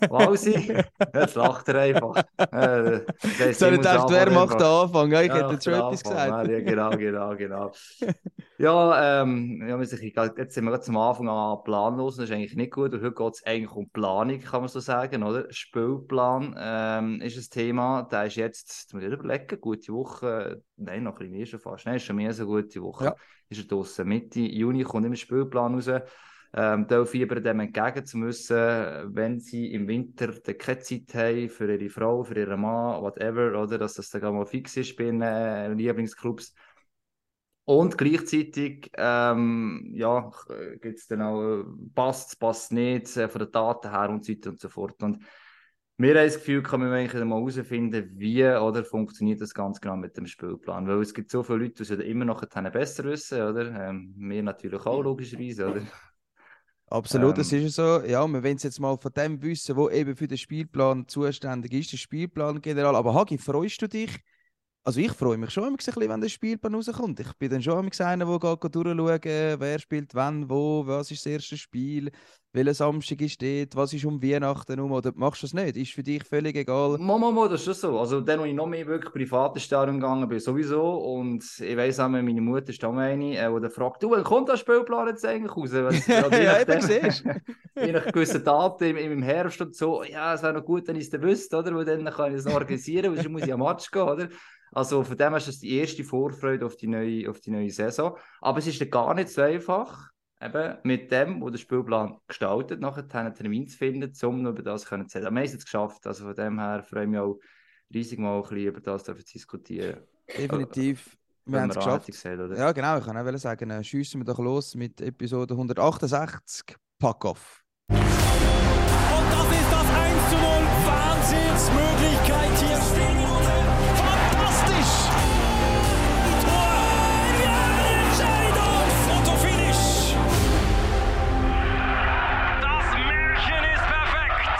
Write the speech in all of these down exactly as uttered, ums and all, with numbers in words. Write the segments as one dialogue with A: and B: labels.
A: Walsi, jetzt lacht er einfach. Äh, das heisst,
B: So,
A: ich
B: du
A: muss
B: denkst, wer
A: anfangen
B: macht den
A: einfach.
B: Anfang? Ja, ich
A: Ja,
B: hätte
A: nach
B: jetzt
A: der
B: schon etwas
A: Anfang.
B: gesagt.
A: Ja, genau, genau, genau. Ja, ähm, ja, wir sind, jetzt sind wir gerade zum Anfang an planlos. Das ist eigentlich nicht gut. Und heute geht es eigentlich um Planung, kann man so sagen, oder? Spielplan ähm, ist ein Thema. Der ist jetzt, jetzt muss ich überlegen, gute Woche. Nein, noch ein bisschen mehr schon fast. Nein, ist schon mehr als eine gute Woche.
B: Ja,
A: Ist er draussen. Mitte Juni kommt immer der Spielplan raus. Ähm, da fiebern dem entgegen zu müssen, wenn sie im Winter dann keine Zeit haben für ihre Frau, für ihren Mann, whatever, oder? Dass das dann mal fix ist bei ihren äh, Lieblingsclubs. Und gleichzeitig ähm, ja, gibt es dann auch, passt es, passt nicht, äh, von den Daten her und so weiter und so fort. Und wir haben das Gefühl, kann man eigentlich mal herausfinden, wie oder funktioniert das ganz genau mit dem Spielplan. Weil es gibt so viele Leute, die es immer noch besser wissen, oder? Ähm, wir natürlich auch, logischerweise, oder?
B: absolut, das
A: Ähm,
B: ist so. Ja, wir wollen jetzt mal von dem wissen, wo eben für den Spielplan zuständig ist, der Spielplan general. Aber Hagi, freust du dich? Also ich freue mich schon immer ein bisschen, wenn der Spielplan rauskommt. Ich bin dann schon immer einer, der geht durchschauen, wer spielt wann, wo, was ist das erste Spiel, welcher Samstag ist dort, was ist um Weihnachten um, oder machst du das nicht? Ist für dich völlig egal.
A: Mo, mo, mo, das ist schon so. Also, dann, als ich noch mehr wirklich privat ins Stadion gegangen bin, sowieso. Und ich weiss auch, meine Mutter ist auch eine, äh, die dann fragt, du, wann kommt der Spielplan jetzt eigentlich raus? Was, oder je
B: Ja, eben,
A: nachdem,
B: siehst du.
A: je nach gewissen Daten im, im Herbst und so, ja, es wäre noch gut, wenn ich es dann wüsste, oder? Weil dann kann ich es noch organisieren, weil sonst muss ich am Match gehen, oder? Also, von dem her ist das die erste Vorfreude auf die neue, auf die neue Saison. Aber es ist dann gar nicht so einfach, eben mit dem, wo der Spielplan gestaltet, nachher einen Termin zu finden, um über das zu reden. Wir haben es jetzt geschafft, also von dem her freue ich mich auch riesig mal ein bisschen über das zu diskutieren. Äh,
B: Definitiv, wir
A: Wenn
B: haben
A: man
B: es
A: an, hätte ich
B: geschafft.
A: gesagt, oder?
B: Ja, genau, ich kann auch sagen, äh, schiessen wir doch los mit Episode hundertachtundsechzig, Pack-Off.
C: Und das ist das eins zu null. Wahnsinnsmöglichkeit hier. Fantastisch. Tor. Ja, Entscheidung. Fotofinish. Das Märchen ist perfekt.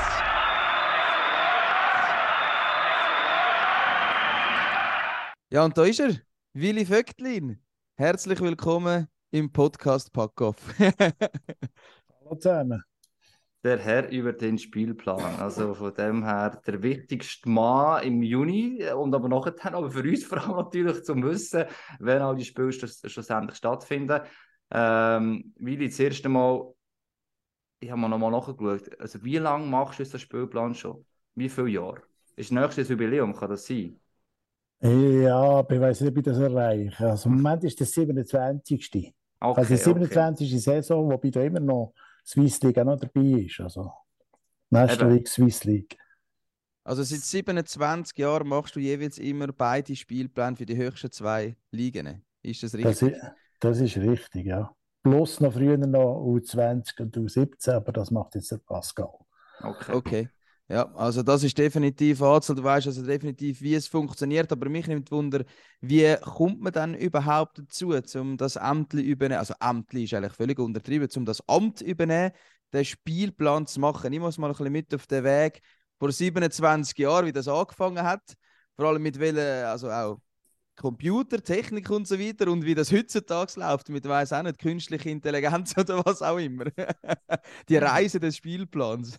B: Ja, und da ist er, Willi Vögtlin. Herzlich willkommen im Podcast Pack-Off.
D: Hallo zusammen.
A: Der Herr über den Spielplan. Also von dem her der wichtigste Mann im Juni und aber nachher, aber für uns vor allem natürlich zum Wissen, wenn all die Spiele schluss- schlussendlich stattfinden. Ähm, Willi, das erste Mal, ich habe mal nochmal nachgeschaut, also wie lange machst du jetzt den Spielplan schon? Wie viele Jahre? Ist nächstes Jubiläum, kann das sein?
D: Ja, aber ich weiß nicht, ob ich das erreiche. Also im Moment ist das siebenundzwanzigste. Also die
A: Okay, okay.
D: siebenundzwanzigste Saison, wobei da immer noch Swiss League auch noch dabei ist. Also National
A: Eben.
D: League, Swiss League.
B: Also seit siebenundzwanzig Jahren machst du jeweils immer beide Spielpläne für die höchsten zwei Ligen. Ist das
D: Das ist,
B: richtig?
D: das ist richtig, ja. Plus noch früher noch U zwanzig und U siebzehn, aber das macht jetzt der Pascal.
A: Okay.
B: Okay. Ja, also das ist definitiv Anzahl. Du weißt also definitiv, wie es funktioniert. Aber mich nimmt Wunder, wie kommt man dann überhaupt dazu, um das Amt übernehmen? Also Amt ist eigentlich völlig untertrieben, um das Amt übernehmen, den Spielplan zu machen. Ich muss mal ein bisschen mit auf den Weg vor siebenundzwanzig Jahren, wie das angefangen hat. Vor allem mit welchen, also auch Computer, Technik und so weiter und wie das heutzutage läuft, mit weiß auch nicht, künstliche Intelligenz oder was auch immer. Die Reise des Spielplans.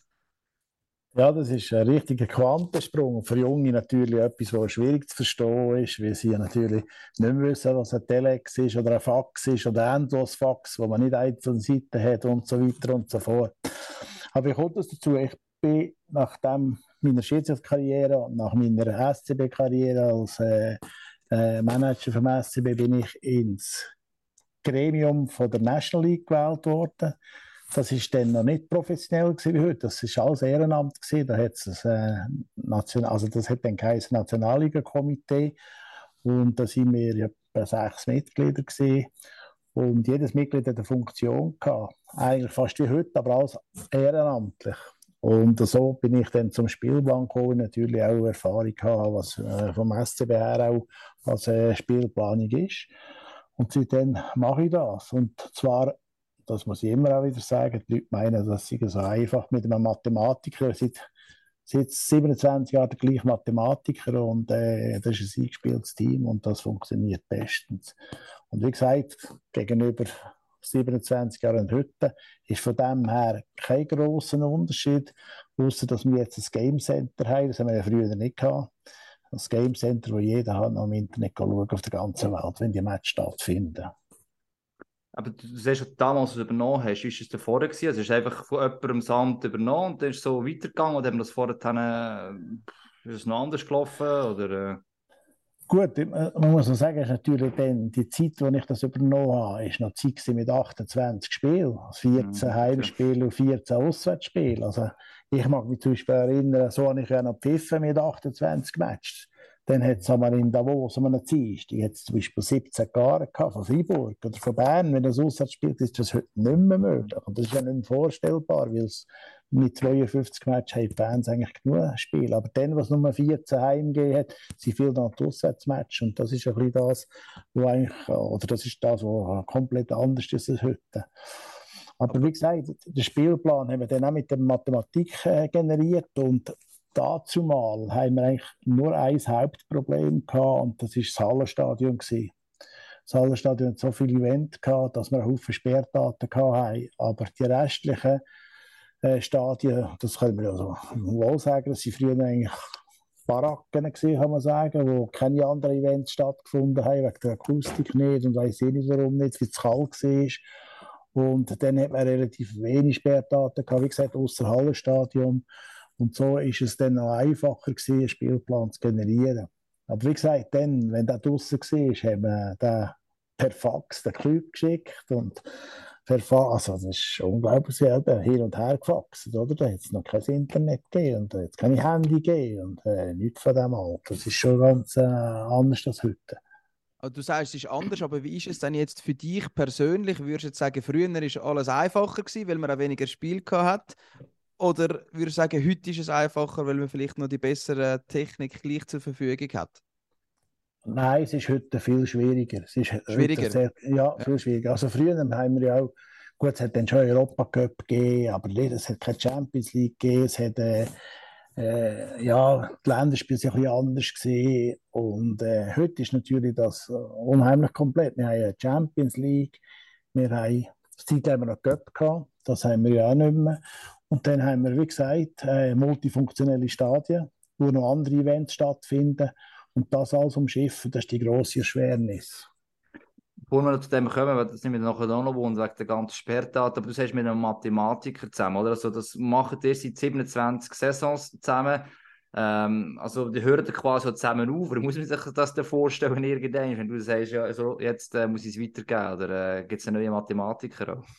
D: Ja, das ist ein richtiger Quantensprung. Für Junge natürlich etwas, was schwierig zu verstehen ist, weil sie natürlich nicht mehr wissen, was ein Telex ist oder ein Fax ist oder ein Endlosfax, wo man nicht einzelne Seiten hat und so weiter und so fort. Aber wie kommt das dazu? Ich bin nach dem, meiner Schiedsrichterkarriere und nach meiner S C B-Karriere als äh, äh, Manager vom S C B bin ich ins Gremium von der National League gewählt worden. Das ist dann noch nicht professionell gewesen wie heute. Das ist alles Ehrenamt gewesen. Da hat's das, äh, Nation, also das hat dann kein Nationalliga-Komitee. Und da sind wir etwa sechs Mitglieder gewesen. Und jedes Mitglied hat eine Funktion gehabt. Eigentlich fast wie heute, aber alles ehrenamtlich. Und so bin ich dann zum Spielplan gekommen, natürlich auch Erfahrung habe, was äh, vom S C B her auch was äh, Spielplanung ist. Und seitdem mache ich das. Und zwar, das muss ich immer auch wieder sagen, die Leute meinen, das sei so einfach mit einem Mathematiker. Seit, seit siebenundzwanzig Jahren der gleiche Mathematiker und äh, das ist ein eingespieltes Team und das funktioniert bestens. Und wie gesagt, gegenüber siebenundzwanzig Jahren und heute, ist von dem her kein grosser Unterschied, außer dass wir jetzt ein Game Center haben, das haben wir ja früher nicht gehabt. Das Game Center, wo jeder hat noch im Internet schauen auf der ganzen Welt, wenn die Matches stattfinden.
A: Aber du siehst, als damals was du übernommen hast, ist es davor gewesen? Also ist es einfach von jemandem das Amt übernommen und dann ist es so weitergegangen oder haben das vorher dann, äh, ist es noch anders gelaufen? Oder, äh?
D: Gut, man muss noch sagen, ist natürlich dann, die Zeit, wo ich das übernommen habe, ist noch Zeit mit achtundzwanzig Spielen, vierzehn
A: Mhm,
D: Heimspiele und vierzehn Auswärtsspiele. Also ich mag mich zum Beispiel erinnern, so habe ich ja noch gepfiffen mit achtundzwanzig Matches. Dann hat es einmal in Davos um einen Dienstag, jetzt zum Beispiel siebzehn Jahre von Freiburg oder von Bern. Wenn das auswärts spielt, ist das heute nicht mehr möglich. Und das ist ja nicht mehr vorstellbar, weil es mit zweiundfünfzig Matches haben die Fans eigentlich genug Spiele. Aber dann, was nur vierzehn heimgegeben hat, sind viele dann die Auswärtsmatches. Und das ist ein bisschen das, wo eigentlich, oder das ist das, was komplett anders ist als heute. Aber wie gesagt, den Spielplan haben wir dann auch mit der Mathematik äh, generiert und dazu mal haben wir eigentlich nur ein Hauptproblem gehabt und das war das Hallenstadion gewesen. Das Hallenstadion hat so viele Events gehabt, dass wir einen Haufen Sperrdaten hatten. Aber die restlichen äh, Stadien, das können wir ja so wohl sagen, das waren früher eigentlich Baracken gewesen, kann man sagen, wo keine anderen Events stattgefunden haben, wegen der Akustik nicht und weiss ich nicht warum nicht, weil es kalt war. Und dann hat man relativ wenig Sperrdaten gehabt, wie gesagt, ausser Hallenstadion. Und so ist es dann noch einfacher gewesen, einen Spielplan zu generieren. Aber wie gesagt, dann, wenn der draussen war, haben wir den per Fax den Club geschickt und per Fax, also das ist unglaublich, selber hin und her gefaxt, oder? Da hat es noch kein Internet gegeben und da hat es keine Handy gegeben und äh, nichts von dem Alter. Das ist schon ganz äh, anders als heute.
B: Also du sagst, es ist anders, aber wie ist es denn jetzt für dich persönlich? Würdest du jetzt sagen, früher war alles einfacher gewesen, weil man auch weniger Spiel hatte? Oder würde ich sagen, heute ist es einfacher, weil man vielleicht noch die bessere Technik gleich zur Verfügung hat?
D: Nein, es ist heute viel schwieriger. Es ist
B: Schwieriger?
D: Sehr, ja, viel ja. schwieriger. Also früher haben wir ja auch, gut, es hat dann schon Europa Cup gegeben, aber es hat keine Champions League gegeben, es hat, äh, äh, ja, die Länderspiele sind ein bisschen anders gewesen. Und äh, heute ist natürlich das unheimlich komplett. Wir haben eine Champions League, wir haben, das Zeit haben wir noch Cup gehabt, das haben wir ja auch nicht mehr. Und dann haben wir, wie gesagt, äh, multifunktionelle Stadien, wo noch andere Events stattfinden. Und das alles umschiffen, das ist die grosse Erschwernis.
A: Bevor wir zu dem kommen, weil das nicht mit nachher noch wohnen, wegen der ganzen Sperrdaten, aber du sagst mit einem Mathematiker zusammen, oder? Also das macht ihr seit siebenundzwanzig Saisons zusammen. Ähm, also die hören quasi zusammen auf. Oder muss man sich das dann vorstellen irgendwann, wenn du sagst, ja, also jetzt äh, muss ich es weitergeben, oder äh, gibt es einen neuen Mathematiker auch?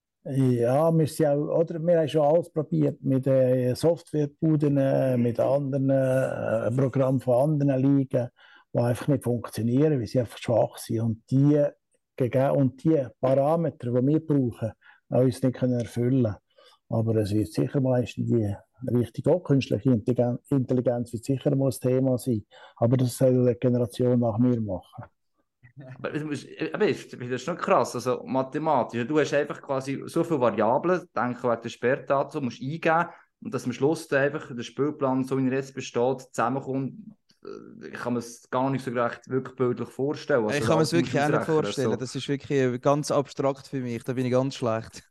D: Ja, wir, sind auch, oder, wir haben schon alles probiert mit äh, Softwarebuden, äh, mit anderen äh, Programmen von anderen Ligen, die einfach nicht funktionieren, weil sie einfach schwach sind. Und die, und die Parameter, die wir brauchen, uns nicht können erfüllen. Aber es wird sicher meistens die richtig auch künstliche Intelligenz wird sicher mal ein Thema sein. Aber das soll die Generation nach mir machen.
A: Aber das ist schon krass, also mathematisch. Du hast einfach quasi so viele Variablen, denke wegen der Sperrdaten, musst eingeben und dass am Schluss einfach der Spielplan, so wie er jetzt besteht, zusammenkommt. Ich kann mir das gar nicht so recht wirklich bildlich vorstellen. Also
B: ich kann mir es wirklich auch nicht vorstellen.
A: So.
B: Das ist wirklich ganz abstrakt für mich, da bin ich ganz schlecht.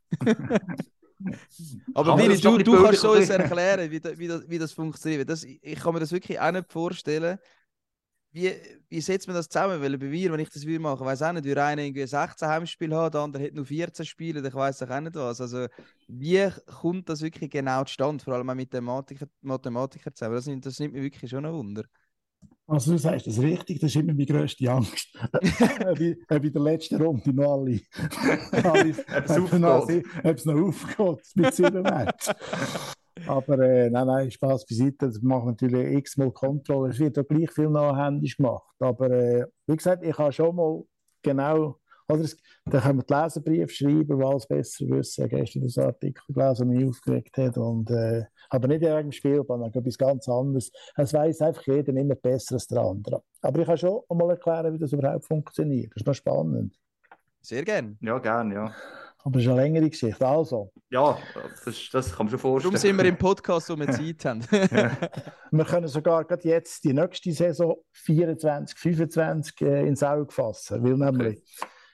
B: Aber Willi, du, du kannst so uns erklären, wie, da, wie, das, wie das funktioniert. Das, ich kann mir das wirklich auch nicht vorstellen. Wie, wie setzt man das zusammen? Weil bei mir, wenn ich das will machen, weiß auch nicht, wie einer irgendwie sechzehn Heimspiele hat, der andere hat nur vierzehn Spiele, ich weiß auch nicht was. Also wie kommt das wirklich genau zustande? Vor allem auch mit den Mathematiker, Mathematikern zusammen. Das, das nimmt mich wirklich schon ein Wunder.
D: Also du sagst das richtig, das ist immer meine grösste Angst. Wie bei der letzten Runde noch alle. alle ob es noch aufgeht mit sieben Matches. Aber äh, nein, nein, Spaß beiseite, das macht natürlich x-mal Kontrolle. Es wird auch gleich viel nachhändisch gemacht. Aber äh, wie gesagt, ich habe schon mal genau, oder es, da können wir die Leserbriefe schreiben, weil es besser wissen. Ich habe gestern das Artikel gelesen, der mich aufgeregt hat. Und, äh, aber nicht wegen dem Spielplan, sondern etwas ganz anderes. Es weiss einfach jeder immer besser als der andere. Aber ich kann schon mal erklären, wie das überhaupt funktioniert. Das ist noch spannend.
B: Sehr gerne.
A: Ja, gerne, ja.
D: Aber das ist eine längere Geschichte. Also.
A: Ja, das, das kann man schon vorstellen.
B: Darum sind wir im Podcast, wo wir Zeit haben.
D: Ja. Wir können sogar gerade jetzt die nächste Saison vierundzwanzig fünfundzwanzig äh, ins Auge fassen. Weil nämlich,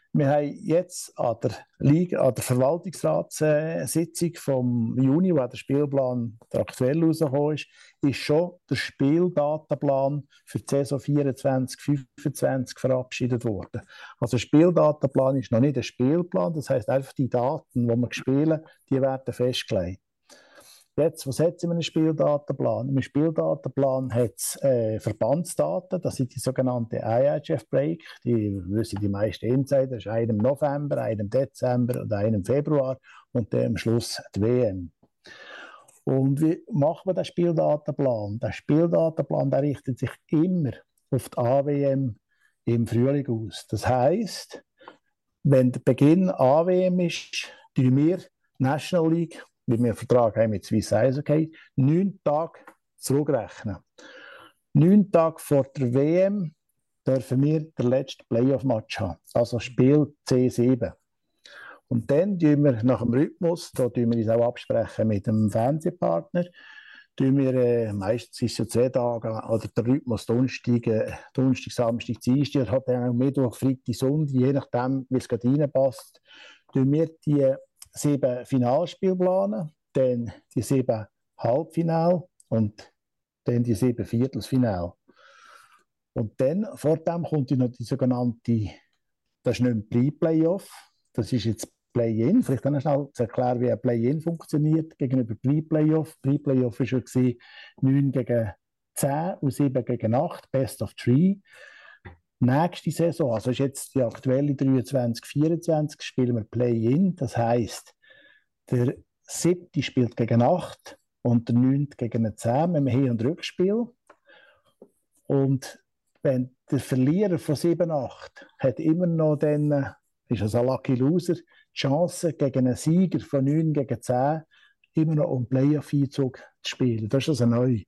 D: Wir haben jetzt an der, Liga, an der Verwaltungsratssitzung vom Juni, wo der Spielplan der aktuell rausgekommen ist, ist schon der Spieldatenplan für die Saison vierundzwanzig fünfundzwanzig verabschiedet worden. Also der Spieldatenplan ist noch nicht ein Spielplan, das heisst einfach die Daten, die wir spielen, die werden festgelegt. Jetzt, was hat es in einem Spieldatenplan? Im Spieldatenplan hat es äh, Verbandsdaten, das sind die sogenannten I H F-Break, die wissen die meisten Insider, das ist einem November, einem Dezember und einem Februar und dann am Schluss die W M. Und wie machen wir den Spieldatenplan? Der Spieldatenplan der richtet sich immer auf die A W M im Frühling aus. Das heisst, wenn der Beginn A W M ist, tun wir National League, wie wir einen Vertrag haben mit Swiss Eishockey, neun Tage zurückrechnen. Neun Tage vor der W M dürfen wir den letzten Playoff-Match haben, also Spiel C sieben. Und dann tun wir nach dem Rhythmus, da tun wir uns auch absprechen mit dem Fernsehpartner, tun wir, äh, meistens ist es ja zwei Tage, oder der Rhythmus Donnerstag, äh, Donnerstag, Samstag, Dienstag, hat dann auch Mittwoch, Freitag, Sonntag, je nachdem, wie es gerade reinpasst, tun wir die sieben Finalspiele planen, dann die sieben Halbfinale und dann die sieben Viertelfinale. Und dann, vor dem kommt noch die sogenannte, das ist nicht ein Pre-Playoff, das ist jetzt Play-In. Vielleicht dann schnell zu erklären, wie ein Play-In funktioniert gegenüber Pre-Playoff. Pre-Playoff war schon neun gegen zehn und sieben gegen acht, Best of Three. Nächste Saison, also ist jetzt die aktuelle dreiundzwanzig vierundzwanzig, spielen wir Play-In. Das heisst, der siebte spielt gegen acht und der neunte gegen eine zehn mit einem Hin- und Rückspiel. Und wenn der Verlierer von sieben acht hat immer noch dann, ist also ein Lucky Loser, die Chance gegen einen Sieger von neun gegen zehn immer noch um Playoff-Einzug zu spielen. Das ist also neu.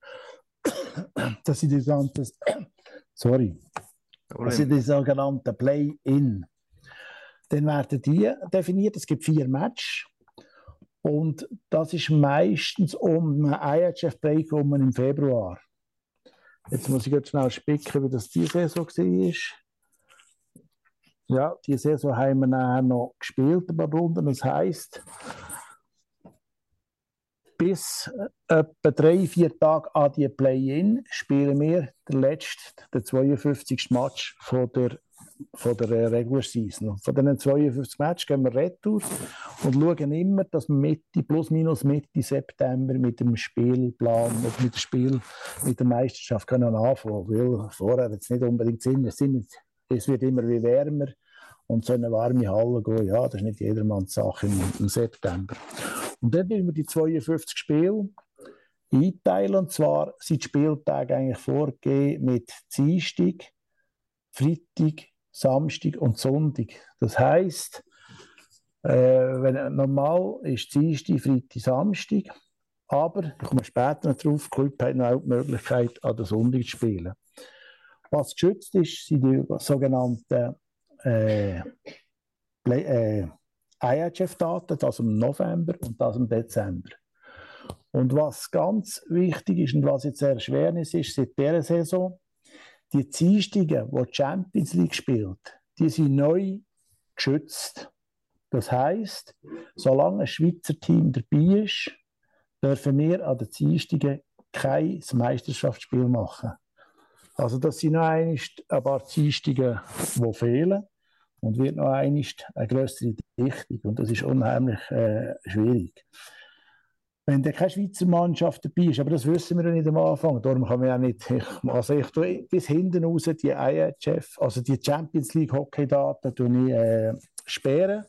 D: Das sind die sogenannten, sorry, das sind die sogenannten Play-In. Dann werden die definiert, es gibt vier Matches. Und das ist meistens um einen I H F-Break um im Februar. Jetzt muss ich jetzt schnell spicken, wie das diese Saison war. Ja, die Saison haben wir nachher noch gespielt, ein paar Runden. Das heisst, bis etwa drei, vier Tage an die Play-In spielen wir den letzten, den zweiundfünfzigsten Match von der, von der Regular Season. Von diesen zweiundfünfzig Matches gehen wir retour und schauen immer, dass wir Mitte, plus minus Mitte September mit dem Spielplan oder mit dem Spiel, mit der Meisterschaft können anfangen. Weil vorher jetzt nicht unbedingt Sinn. Es, sind, es wird immer wie wärmer und so eine warme Halle gehen, ja, das ist nicht jedermanns Sache im, im September. Und dann wollen wir die zweiundfünfzig Spiele einteilen. Und zwar sind die Spieltage eigentlich vorgegeben mit Dienstag, Freitag, Samstag und Sonntag. Das heisst, äh, wenn, normal ist Dienstag, Freitag, Samstag. Aber, ich komme später noch drauf, die Club hat noch auch die Möglichkeit, an den Sonntag zu spielen. Was geschützt ist, sind die sogenannten äh, Play, äh, I H F-Daten, das im November und das im Dezember. Und was ganz wichtig ist und was jetzt sehr schwer ist, ist seit dieser Saison, die Dienstage, die die Champions League spielt, die sind neu geschützt. Das heisst, solange ein Schweizer Team dabei ist, dürfen wir an den Dienstagen kein Meisterschaftsspiel machen. Also das sind noch ein paar Dienstage, die fehlen. Und wird noch einmal eine grössere Dichtung. Und das ist unheimlich äh, schwierig. Wenn da keine Schweizer Mannschaft dabei ist, aber das wissen wir ja nicht am Anfang, darum kann man ja nicht, ich, also ich tue bis hinten raus die I H F, also die Champions League Hockey-Daten tue ich äh, sperren.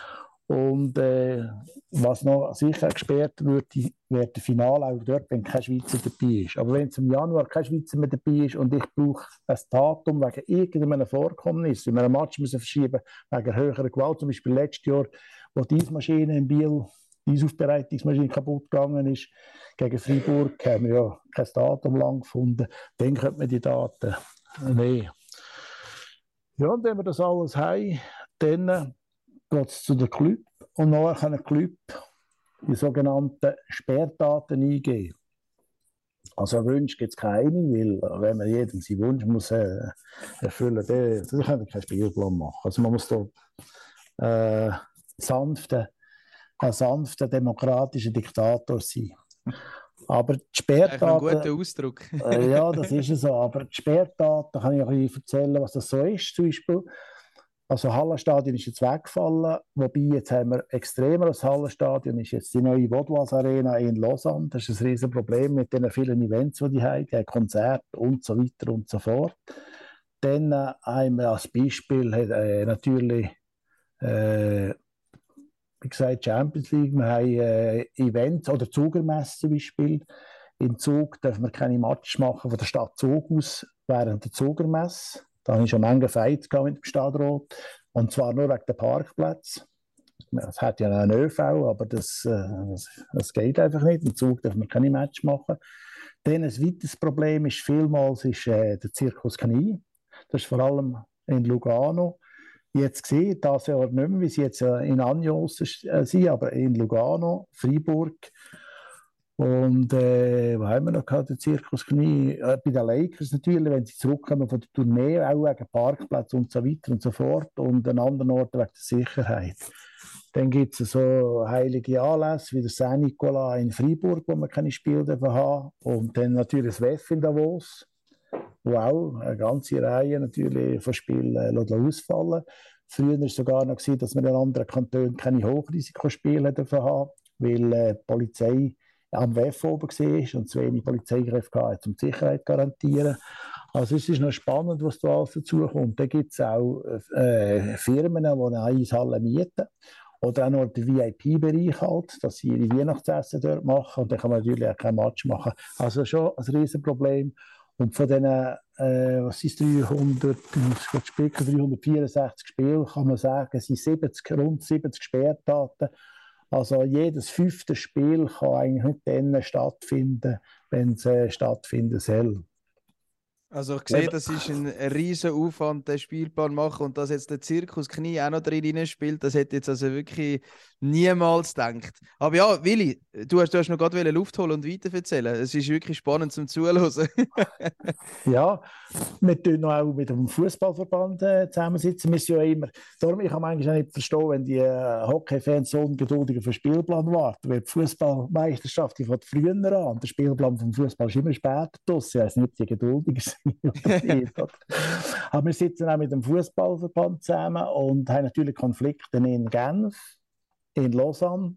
D: Und äh, was noch sicher gesperrt wird, wird der Finale auch dort, wenn kein Schweizer dabei ist. Aber wenn es im Januar kein Schweizer mehr dabei ist und ich brauche ein Datum wegen irgendeinem Vorkommnis, wenn wir einen Match müssen verschieben wegen höherer Gewalt, zum Beispiel letztes Jahr, wo die Eismaschine in Biel, die Eisaufbereitungsmaschine kaputt gegangen ist, gegen Freiburg, haben wir ja kein Datum lang gefunden, dann könnte man die Daten nehmen. Ja, und wenn wir das alles haben, dann geht es zu der Club und nachher kann ein Club die sogenannten Sperrdaten eingeben. Also Wunsch gibt es keine, weil wenn man jedem seinen Wunsch muss, äh, erfüllen muss, dann, dann kann man keinen Spielplan machen. Also man muss da äh, sanfte, ein sanfter, demokratischer Diktator sein. Aber die
B: Eigentlich noch ein
D: Sperrdaten,
B: guter Ausdruck.
D: äh, ja, das ist es so, aber die Sperrdaten kann ich auch ein bisschen erzählen, was das so ist. Zum Beispiel, also Hallenstadion ist jetzt weggefallen, wobei jetzt haben wir extremer als Hallenstadion, ist jetzt die neue Vaudoise Arena in Lausanne. Das ist ein riesen Problem mit den vielen Events, die die haben, die Konzerte und so weiter und so fort. Dann äh, haben wir als Beispiel äh, natürlich, äh, wie gesagt, Champions League, wir haben äh, Events oder Zugermesse zum Beispiel. In Zug dürfen wir keine Match machen von der Stadt Zug aus während der Zugermesse. Da habe ich schon Menge Fights mit dem Stadtrat. Und zwar nur wegen der Parkplätze. Es hat ja einen ÖV, aber das, das, das geht einfach nicht. Im Zug dürfen wir keine Match machen. Dann ein weiteres Problem ist vielmals ist, äh, der Zirkus Knie. Das ist vor allem in Lugano. Jetzt gesehen, das Jahr nicht mehr, wie sie jetzt in Agnos sind, aber in Lugano, Freiburg. Und äh, wo haben wir noch gehabt, den Zirkus Knie? Äh, bei den Lakers natürlich, wenn sie zurückkommen von der Tournee, auch wegen Parkplatz und so weiter und so fort. Und an anderen Orten wegen der Sicherheit. Dann gibt es so heilige Anlässe wie der Saint-Nicolas in Freiburg, wo man keine Spiele haben. Und dann natürlich das W E F in Davos, wo auch eine ganze Reihe natürlich von Spielen äh, ausfallen. Früher war es sogar noch gewesen, dass man in anderen Kantonen keine Hochrisikospiele haben, weil äh, die Polizei am W E F oben war und zu wenig Polizeikräfte hatte, um die Sicherheit zu garantieren. Also es ist noch spannend, was da alles dazukommt. Da gibt es auch äh, Firmen, die eine Eishalle mieten oder auch noch den V I P-Bereich halt, dass sie ihre Weihnachtsessen dort machen und dann kann man natürlich auch kein Match machen. Also schon ein Riesenproblem. Und von diesen, äh, was ist dreihundert, dreihundertvierundsechzig Spielen, kann man sagen, es sind siebzig, rund siebzig Sperrdaten. Also jedes fünfte Spiel kann eigentlich nicht dann stattfinden, wenn es äh, stattfinden soll.
B: Also ich sehe, das ist ein riesen Aufwand, den Spielplan machen und dass jetzt der Zirkus Knie auch noch drin spielt, das hätte jetzt also wirklich niemals gedacht. Aber ja, Willi, du hast, du hast noch gerade Luft holen und weiter erzählen. Es ist wirklich spannend zum Zuhören.
D: Ja, wir tun noch auch mit dem Fußballverband äh, zusammensitzen. Wir sind ja immer, darum ich kann manchmal nicht verstehen, wenn die äh, Hockey-Fans so ungeduldig auf den Spielplan warten. Weil die Fußballmeisterschaft von früher an, der Spielplan vom Fußball ist immer später draussen. Also nicht die geduldig sind. Aber wir sitzen auch mit dem Fußballverband zusammen und haben natürlich Konflikte in Genf, in Lausanne,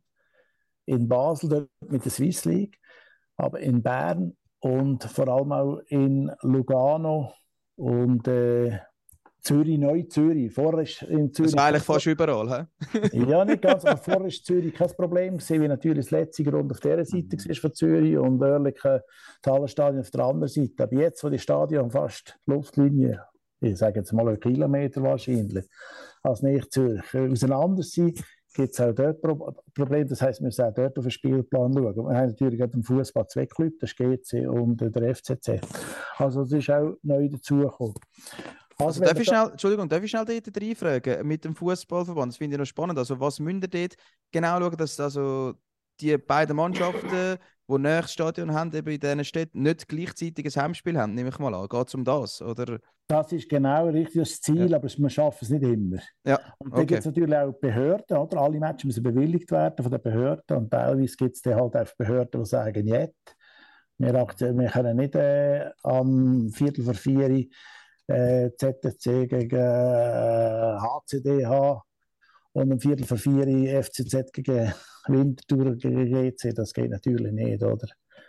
D: in Basel dort mit der Swiss League, aber in Bern und vor allem auch in Lugano und äh, Zürich, Neu-Zürich. Vorher ist in Zürich.
B: Also eigentlich fast überall,
D: he? Ja, nicht ganz, aber vorher ist Zürich kein Problem gewesen, wie natürlich das letzte Grund auf dieser Seite war von Zürich und Oerlikon, das Hallenstadion auf der anderen Seite. Aber jetzt, wo die Stadion fast die Luftlinie, ich sage jetzt mal einen Kilometer wahrscheinlich, als nicht Zürich auseinander sind, gibt es auch dort Pro Probleme. Das heisst, wir müssen auch dort auf den Spielplan schauen. Wir haben natürlich auch im Fußball zwei Clubs, das G C und der F C Z. Also das ist auch neu dazugekommen.
B: Also, darf ich schnell, Entschuldigung, darf ich schnell dort reinfragen mit dem Fußballverband? Das finde ich noch spannend. Also, was müsst ihr dort genau schauen, dass also die beiden Mannschaften, die nächstes Stadion haben, eben in diesen Städten, nicht gleichzeitig ein Heimspiel haben, nehme ich mal an. Geht es um das? Oder?
D: Das ist genau richtig das Ziel, ja. Aber wir schaffen es nicht immer.
B: Ja.
D: Und dann
B: okay.
D: gibt es natürlich auch Behörden, oder? Alle Matches müssen bewilligt werden von den Behörden und teilweise gibt es dann halt auch Behörden, die sagen, jetzt, wir, wir können nicht äh, am Viertel vor vier Äh, Z S C gegen äh, H C D H und um Viertel vor vier F C Z gegen Winterthur gegen G C, das geht natürlich nicht, oder?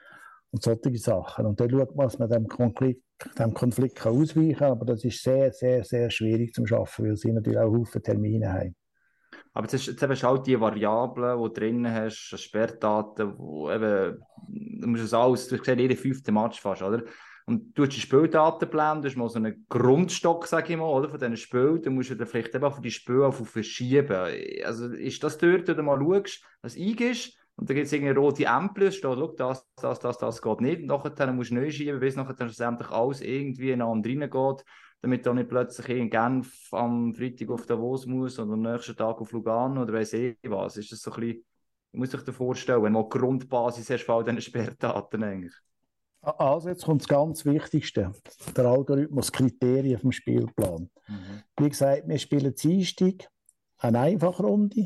D: Und solche Sachen. Und dann schaut man, dass man dem Konflikt, dem Konflikt kann ausweichen kann, aber das ist sehr, sehr, sehr schwierig zu schaffen, weil sie natürlich auch Haufen Termine haben.
A: Aber jetzt, jetzt hast du halt die Variablen, die du drin hast, Sperrdaten, wo eben, du musst es alles, du hast gesehen, jeden fünften Match fast, oder? Und du hast die Spieldatenpläne, du hast mal so einen Grundstock, sage ich mal, oder, von diesen Spielen, dann musst du dann vielleicht eben auch für die Spiele auf verschieben. Also ist das dort, wenn du mal schaust, was eingibst, und dann gibt es irgendeine rote Ampel, steht, schau, das, das, das, das geht nicht, und nachher musst du neu schieben, bis nachher dann schlussendlich alles irgendwie ineinander reingeht, damit du nicht plötzlich in Genf am Freitag auf Davos muss oder am nächsten Tag auf Lugano oder weiss ich was. Ist das so ein bisschen, du musst dich dir vorstellen, wenn du mal die Grundbasis hast von all diesen Sperrdaten eigentlich.
D: Also jetzt kommt das ganz Wichtigste, der Algorithmus, Kriterien vom Spielplan.
A: Mhm.
D: Wie gesagt, wir spielen Dienstag eine Einfachrunde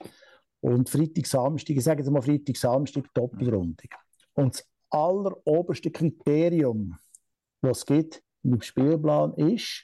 D: und Freitag, Samstag, ich sage jetzt mal Freitag, Samstag Doppelrunde. Und das alleroberste Kriterium, was es gibt im Spielplan, ist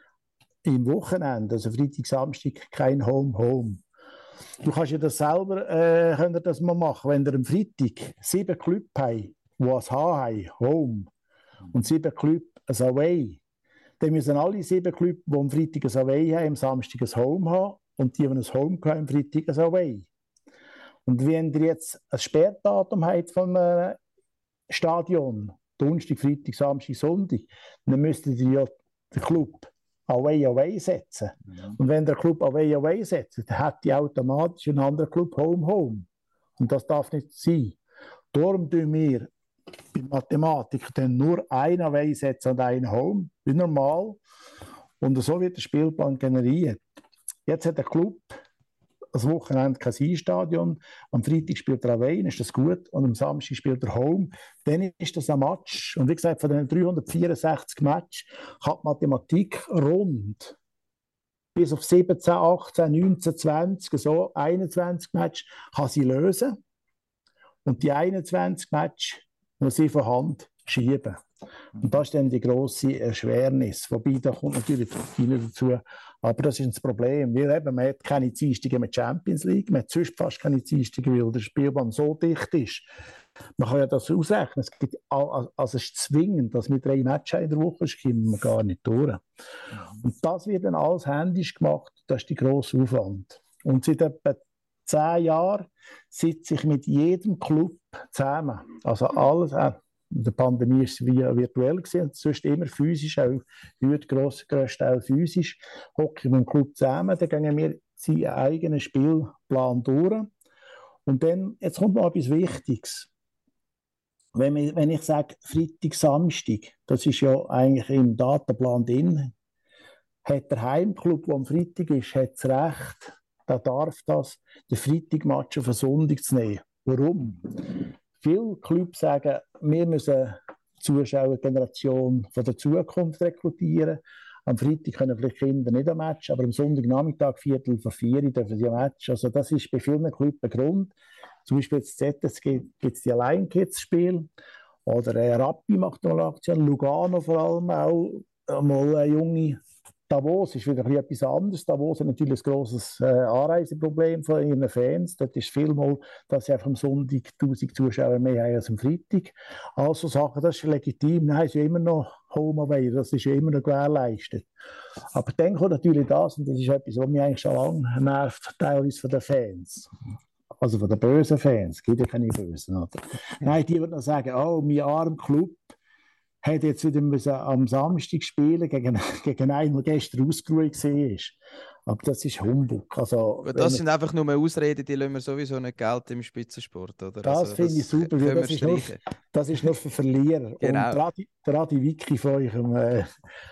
D: im Wochenende, also Freitag, Samstag, kein Home-Home. Du kannst ja das selber äh, könnt ihr das mal machen, wenn ihr am Freitag sieben Clubs habt, die ein H haben, Home, und sieben Clubs ein Away, dann müssen alle sieben Clubs, die am Freitag ein Away haben, am Samstag ein Home haben und die, die ein Home haben, am Freitag ein Away. Und wenn ihr jetzt ein Sperrdatum habt vom äh, Stadion, Donnerstag, Freitag, Samstag, Sonntag, dann müsstet ihr ja den Club Away Away setzen.
A: Mhm.
D: Und wenn der Club Away Away setzt, dann hat die automatisch ein anderer Club Home Home. Und das darf nicht sein. Darum tun wir bei Mathematik dann nur einen Away setzen und einen Home, wie normal. Und so wird der Spielplan generiert. Jetzt hat der Club das Wochenende kein Heimstadion. Am Freitag spielt er Away, dann ist das gut. Und am Samstag spielt er Home. Dann ist das ein Match. Und wie gesagt, von den dreihundertvierundsechzig Matches kann die Mathematik rund bis auf siebzehn, achtzehn, neunzehn, zwanzig, so einundzwanzig Matches kann sie lösen. Und die einundzwanzig Matches muss sie von Hand schieben. Und das ist dann die grosse Erschwernis. Wobei, da kommt natürlich viel dazu. Aber das ist das Problem. Wir haben, man hat keine Dienstage mit Champions League, man hat sonst fast keine Dienstage, weil der Spielplan so dicht ist. Man kann ja das ausrechnen. Es gibt, also es ist zwingend, dass wir drei Matches in der Woche kommen wir gar nicht durch. Und das wird dann alles händisch gemacht. Das ist der grosse Aufwand. Und seit etwa zehn Jahren sitze ich mit jedem Club zusammen. Also alles, äh, in der Pandemie war es via virtuell gewesen, sonst immer physisch, auch heute grösstenteils physisch. Hocke ich mit dem Club zusammen, dann gehen wir seinen eigenen Spielplan durch. Und dann, jetzt kommt noch etwas Wichtiges. Wenn, wir, wenn ich sage Freitag, Samstag, das ist ja eigentlich im Datenplan drin, hat der Heimclub, der am Freitag ist, hat das Recht, der darf das, den Freitagmatch auf den Sonntag zu nehmen. Warum? Viele Clubs sagen, wir müssen die Zuschauergeneration von der Zukunft rekrutieren. Am Freitag können vielleicht Kinder nicht ein Match, aber am Sonntagnachmittag, Viertel vor vier, dürfen sie ein Match. Also das ist bei vielen Clubs ein Grund. Zum Beispiel jetzt Z S G gibt es die Line-Kids-Spiele. Oder äh, Rappi macht noch eine Aktion, Lugano vor allem auch. Mal eine junge Davos ist wieder etwas anderes. Davos hat natürlich ein grosses äh, Anreiseproblem von ihren Fans. Dort ist vielmal, dass sie einfach am Sonntag tausend Zuschauer mehr haben als am Freitag. Also Sachen, das ist legitim. Dann haben sie ja immer noch Home-Away, das ist ja immer noch gewährleistet. Aber dann kommt natürlich das, und das ist etwas, was mich eigentlich schon lange nervt, teilweise von den Fans. Also von den bösen Fans. Es gibt ja keine Bösen. Oder? Nein, die würden noch sagen, oh, mein armer Club hat jetzt wieder müssen am Samstag spielen gegen, gegen einen, der gestern ausgeruht war. Aber das ist Humbug. Also,
B: das sind einfach nur Ausreden, die lassen wir sowieso nicht gelten im Spitzensport. Oder?
D: Das
B: also,
D: finde ich super, weil das ist, nur, das ist nur für Verlierer.
B: Genau.
D: Und Radi, der Radi Wiki von eurem äh,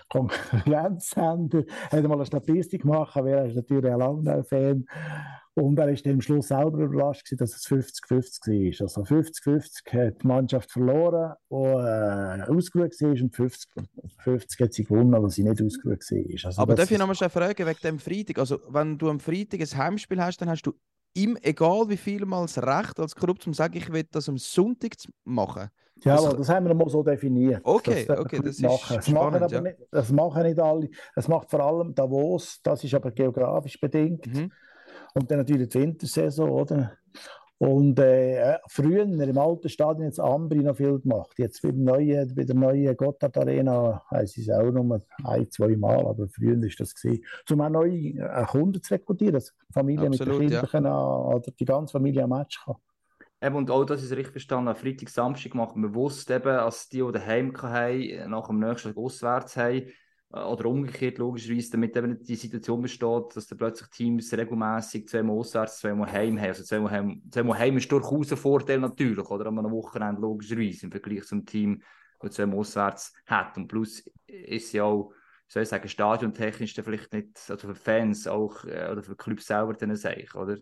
D: Konkurrenzsender hat mal eine Statistik gemacht, er ist natürlich ein Langnau-Fan. Und er ist dann am Schluss selber überrascht, dass es fünfzig fünfzig war. Also fünfzig fünfzig hat die Mannschaft verloren, die äh, ausgeruht war, und fünfzig fünfzig hat sie gewonnen, weil sie nicht ausgeruht war. Also
B: aber darf ich noch mal fragen, wegen dem Freitag? Also wenn du am Freitag ein Heimspiel hast, dann hast du ihm, egal wie viel Mal, das Recht als Club, zu sagen, ich will das am Sonntag machen.
D: Ja,
B: also,
D: aber das haben wir mal so definiert.
B: Okay, das, okay, das ist
D: machen. Das
B: spannend,
D: machen aber
B: ja.
D: nicht, das machen nicht alle. Das macht vor allem Davos, das ist aber geografisch bedingt.
B: Mhm.
D: Und dann natürlich die Wintersaison, oder? Und äh, früher im alten Stadion hat Ambri noch viel gemacht. Jetzt bei der neuen, bei der neuen Gotthard Arena haben sie es auch noch ein, zwei Mal, aber früher war das gewesen. Um auch neue äh, Kunden zu rekrutieren, dass die Familie
B: Absolut,
D: mit den Kindern
B: ja.
D: kann, oder die ganze Familie ein Match kann.
A: Eben, und auch, das ist richtig verstanden, am Freitag, Samstag machen wir bewusst eben, als die, die daheim haben, nach dem nächsten Tag auswärts haben, oder umgekehrt logischerweise, damit eben nicht die Situation besteht, dass da plötzlich Teams regelmäßig zweimal auswärts, zweimal heim haben. Also zweimal heim, zweimal heim ist durchaus ein Vorteil natürlich, oder an einem Wochenende logischerweise im Vergleich zum Team, das zweimal auswärts hat. Und plus ist ja auch, soll ich sagen, stadiontechnisch vielleicht nicht, also für Fans auch, oder für Clubs selber dann eine Sache, oder?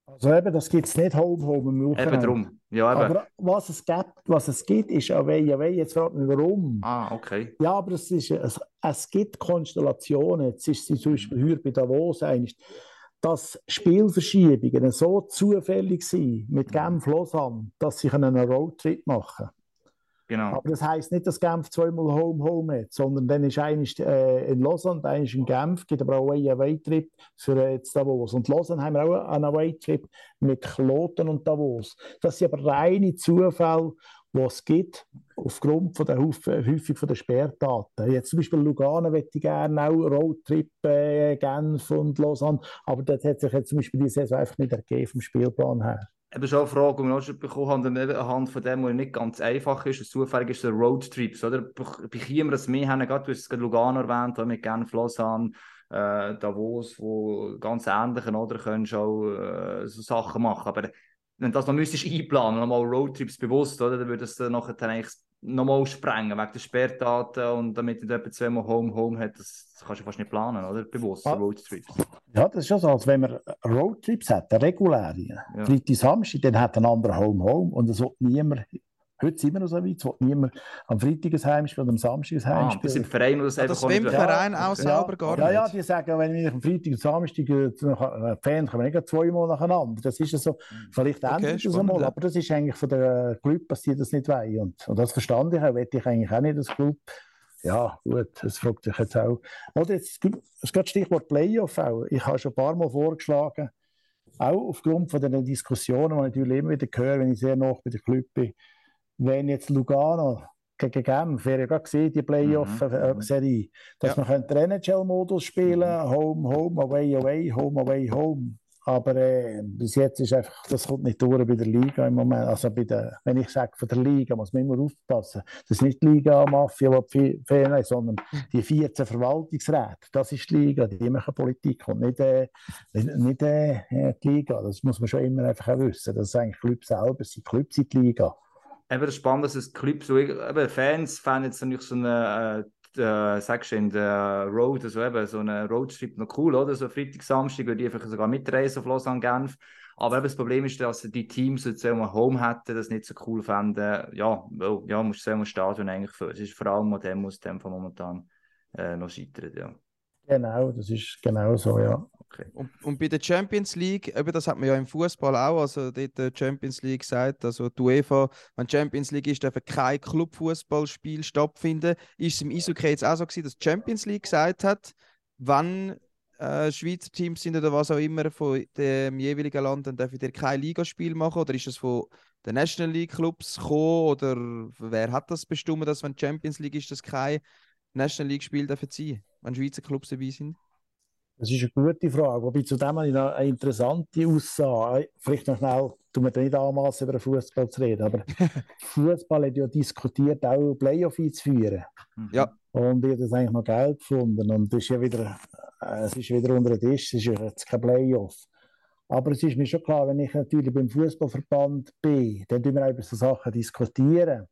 D: Also eben, das gibt es nicht Home-Home im Wochenende.
A: Eben drum. Ja, eben.
D: Aber was es gibt, was es gibt, ist Away-Away. Jetzt fragt mich, warum.
A: Ah, okay.
D: Ja, aber es, ist, es, es gibt Konstellationen. Jetzt ist sie zum Beispiel hier bei Davos eigentlich, dass Spielverschiebungen so zufällig sind mit Genf Lausanne, dass sie einen Roadtrip machen können.
A: Genau.
D: Aber das heisst nicht, dass Genf zweimal Home-Home hat, sondern dann ist einer äh, in Lausanne, einer ist in Genf, gibt aber auch einen Away-Trip für äh, jetzt Davos. Und in Lausanne haben wir auch einen Away-Trip mit Kloten und Davos. Das sind aber reine Zufälle, die es gibt, aufgrund von der Häufung von der Sperrdaten. Jetzt zum Beispiel Lugano möchte ich gerne auch Roadtrip äh, Genf und Lausanne, aber das hat sich jetzt zum Beispiel diese Saison einfach nicht ergeben vom Spielplan her.
A: Eben schon eine Frage, die wir auch schon bekommen haben, anhand von dem, was nicht ganz einfach ist, was zufällig ist, so Roadtrips, oder? Bei Chiem, das wir haben, gerade, du hast es Lugano erwähnt, mit Genf, Lausanne, äh, Davos, wo ganz ähnliche, oder? Könntest auch äh, so Sachen machen, aber wenn du das noch müsstest einplanen, nochmal Roadtrips bewusst, oder? Dann würde es dann nachher dann eigentlich nochmal sprengen, wegen der Sperrdaten und damit du etwa zweimal Home-Home hat, das, das kannst du fast nicht planen, oder? Bewusst,
D: ah.
A: Roadtrips.
D: Ja, das ist schon so, als wenn man Roadtrips hat, eine reguläre, ja. Freitag, Samstag, dann hat ein anderer Home-Home und es wird niemand, heute sind wir noch so weit, es wird niemand am Freitag ein Heimspiel oder am Samstag ein Heimspiel.
A: Ah, das sind Vereine, die das
B: ja,
A: einfach
B: das will im Verein auch selber
D: ja,
B: gar
D: ja,
B: nicht.
D: Ja, die sagen, wenn ich am Freitag und Samstag äh, Fan kommen nicht zweimal nacheinander. Das ist so, vielleicht
B: okay,
D: ändert das
B: einmal,
D: ja.
B: aber
D: das ist eigentlich von der Club, dass die das nicht wollen. Und, und das verstand ich auch, wette ich eigentlich auch nicht, das Club. Ja, gut, das fragt sich jetzt auch. Oder jetzt, es geht Stichwort Playoff auch. Ich habe schon ein paar Mal vorgeschlagen, auch aufgrund von den Diskussionen, die ich natürlich immer wieder höre, wenn ich sehr nah bei der Club bin, wenn jetzt Lugano gegen Genf, wäre ja gerade gesehen, die Playoff-Serie, dass ja. man den N H L-Modus spielen könnte, Home, Home, Away, Away, Home, Away, Home. Aber äh, bis jetzt ist einfach, das kommt nicht durch bei der Liga im Moment. Also bei der, wenn ich sage von der Liga, muss man immer aufpassen. Das ist nicht die Liga-Mafia, die fehlen, sondern die vierzehn Verwaltungsräte. Das ist die Liga, die machen Politik und nicht, äh, nicht, nicht äh, die Liga. Das muss man schon immer einfach auch wissen. Das ist eigentlich Club selber, sind Clubs sind die Liga.
A: Eben das Spannende, dass es Clubs, so, eben Fans fanden jetzt natürlich so eine, äh, äh, sagst du, in der Road, also eben so eine Roadtrip noch cool, oder? So Freitag, Samstag würde ich einfach sogar mitreisen auf Lausanne, Genf. Aber eben das Problem ist, dass die Teams, die jetzt mal Home hätten, das nicht so cool fänden. Ja, well, ja, musst du selber im Stadion eigentlich für. Es ist vor allem an dem, was dem momentan äh, noch scheitert, ja.
D: Genau, das ist genau so, ja.
B: Okay. Und, und bei der Champions League, eben das hat man ja im Fußball auch, also dort der Champions League gesagt, also die UEFA, wenn Champions League ist, darf kein Clubfußballspiel stattfinden. Ist es im Eishockey jetzt auch so gewesen, dass die Champions League gesagt hat, wenn äh, Schweizer Teams sind oder was auch immer von dem jeweiligen Land, dann dürfen ihr kein Ligaspiel machen, oder ist das von den National League Clubs gekommen, oder wer hat das bestimmt, dass wenn die Champions League ist, dass kein National League Spiel dürfen sein, wenn Schweizer Clubs dabei sind?
D: Das ist eine gute Frage. Wobei zu dem habe ich noch eine interessante Aussage. Vielleicht noch schnell, tun wir da nicht anmassen, über den Fußball zu reden, aber Fußball hat ja diskutiert, auch Playoff einzuführen.
B: Ja.
D: Und ich habe das eigentlich noch geil gefunden. Und es ist ja wieder, äh, es ist wieder unter den Tisch, es ist ja jetzt kein Playoff. Aber es ist mir schon klar, wenn ich natürlich beim Fußballverband bin, dann diskutieren wir über so Sachen diskutieren.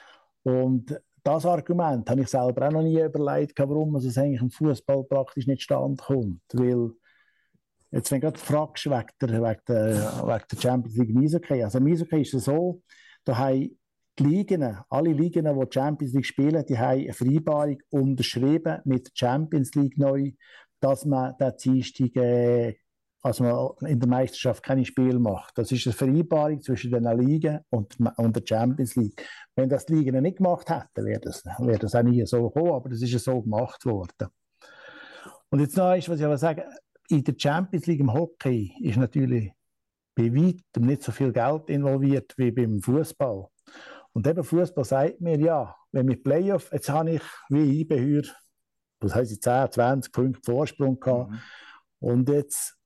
D: Und das Argument habe ich selber auch noch nie überlegt, warum es eigentlich im Fußball praktisch nicht stand kommt. Weil, jetzt wenn du gerade fragst, wegen der, wegen der, wegen der Champions League im Eishockey. Also im Eishockey ist es so, da haben die Ligen, alle Ligen, die die Champions League spielen, die haben eine Vereinbarung unterschrieben mit der Champions League neu, dass man den Dienstag äh, also man in der Meisterschaft keine Spiele macht. Das ist eine Vereinbarung zwischen den Ligen und, und der Champions League. Wenn das die Ligen nicht gemacht hätten, wäre das, wäre das auch nie so gekommen, aber das ist ja so gemacht worden. Und jetzt noch ist, was ich aber sagen, in der Champions League im Hockey ist natürlich bei weitem nicht so viel Geld involviert wie beim Fußball. Und eben Fußball sagt mir, ja, wenn mit Playoff, jetzt habe ich wie Einbehör, was heisst zehn, zwanzig Punkte Vorsprung gehabt. Mhm. Und jetzt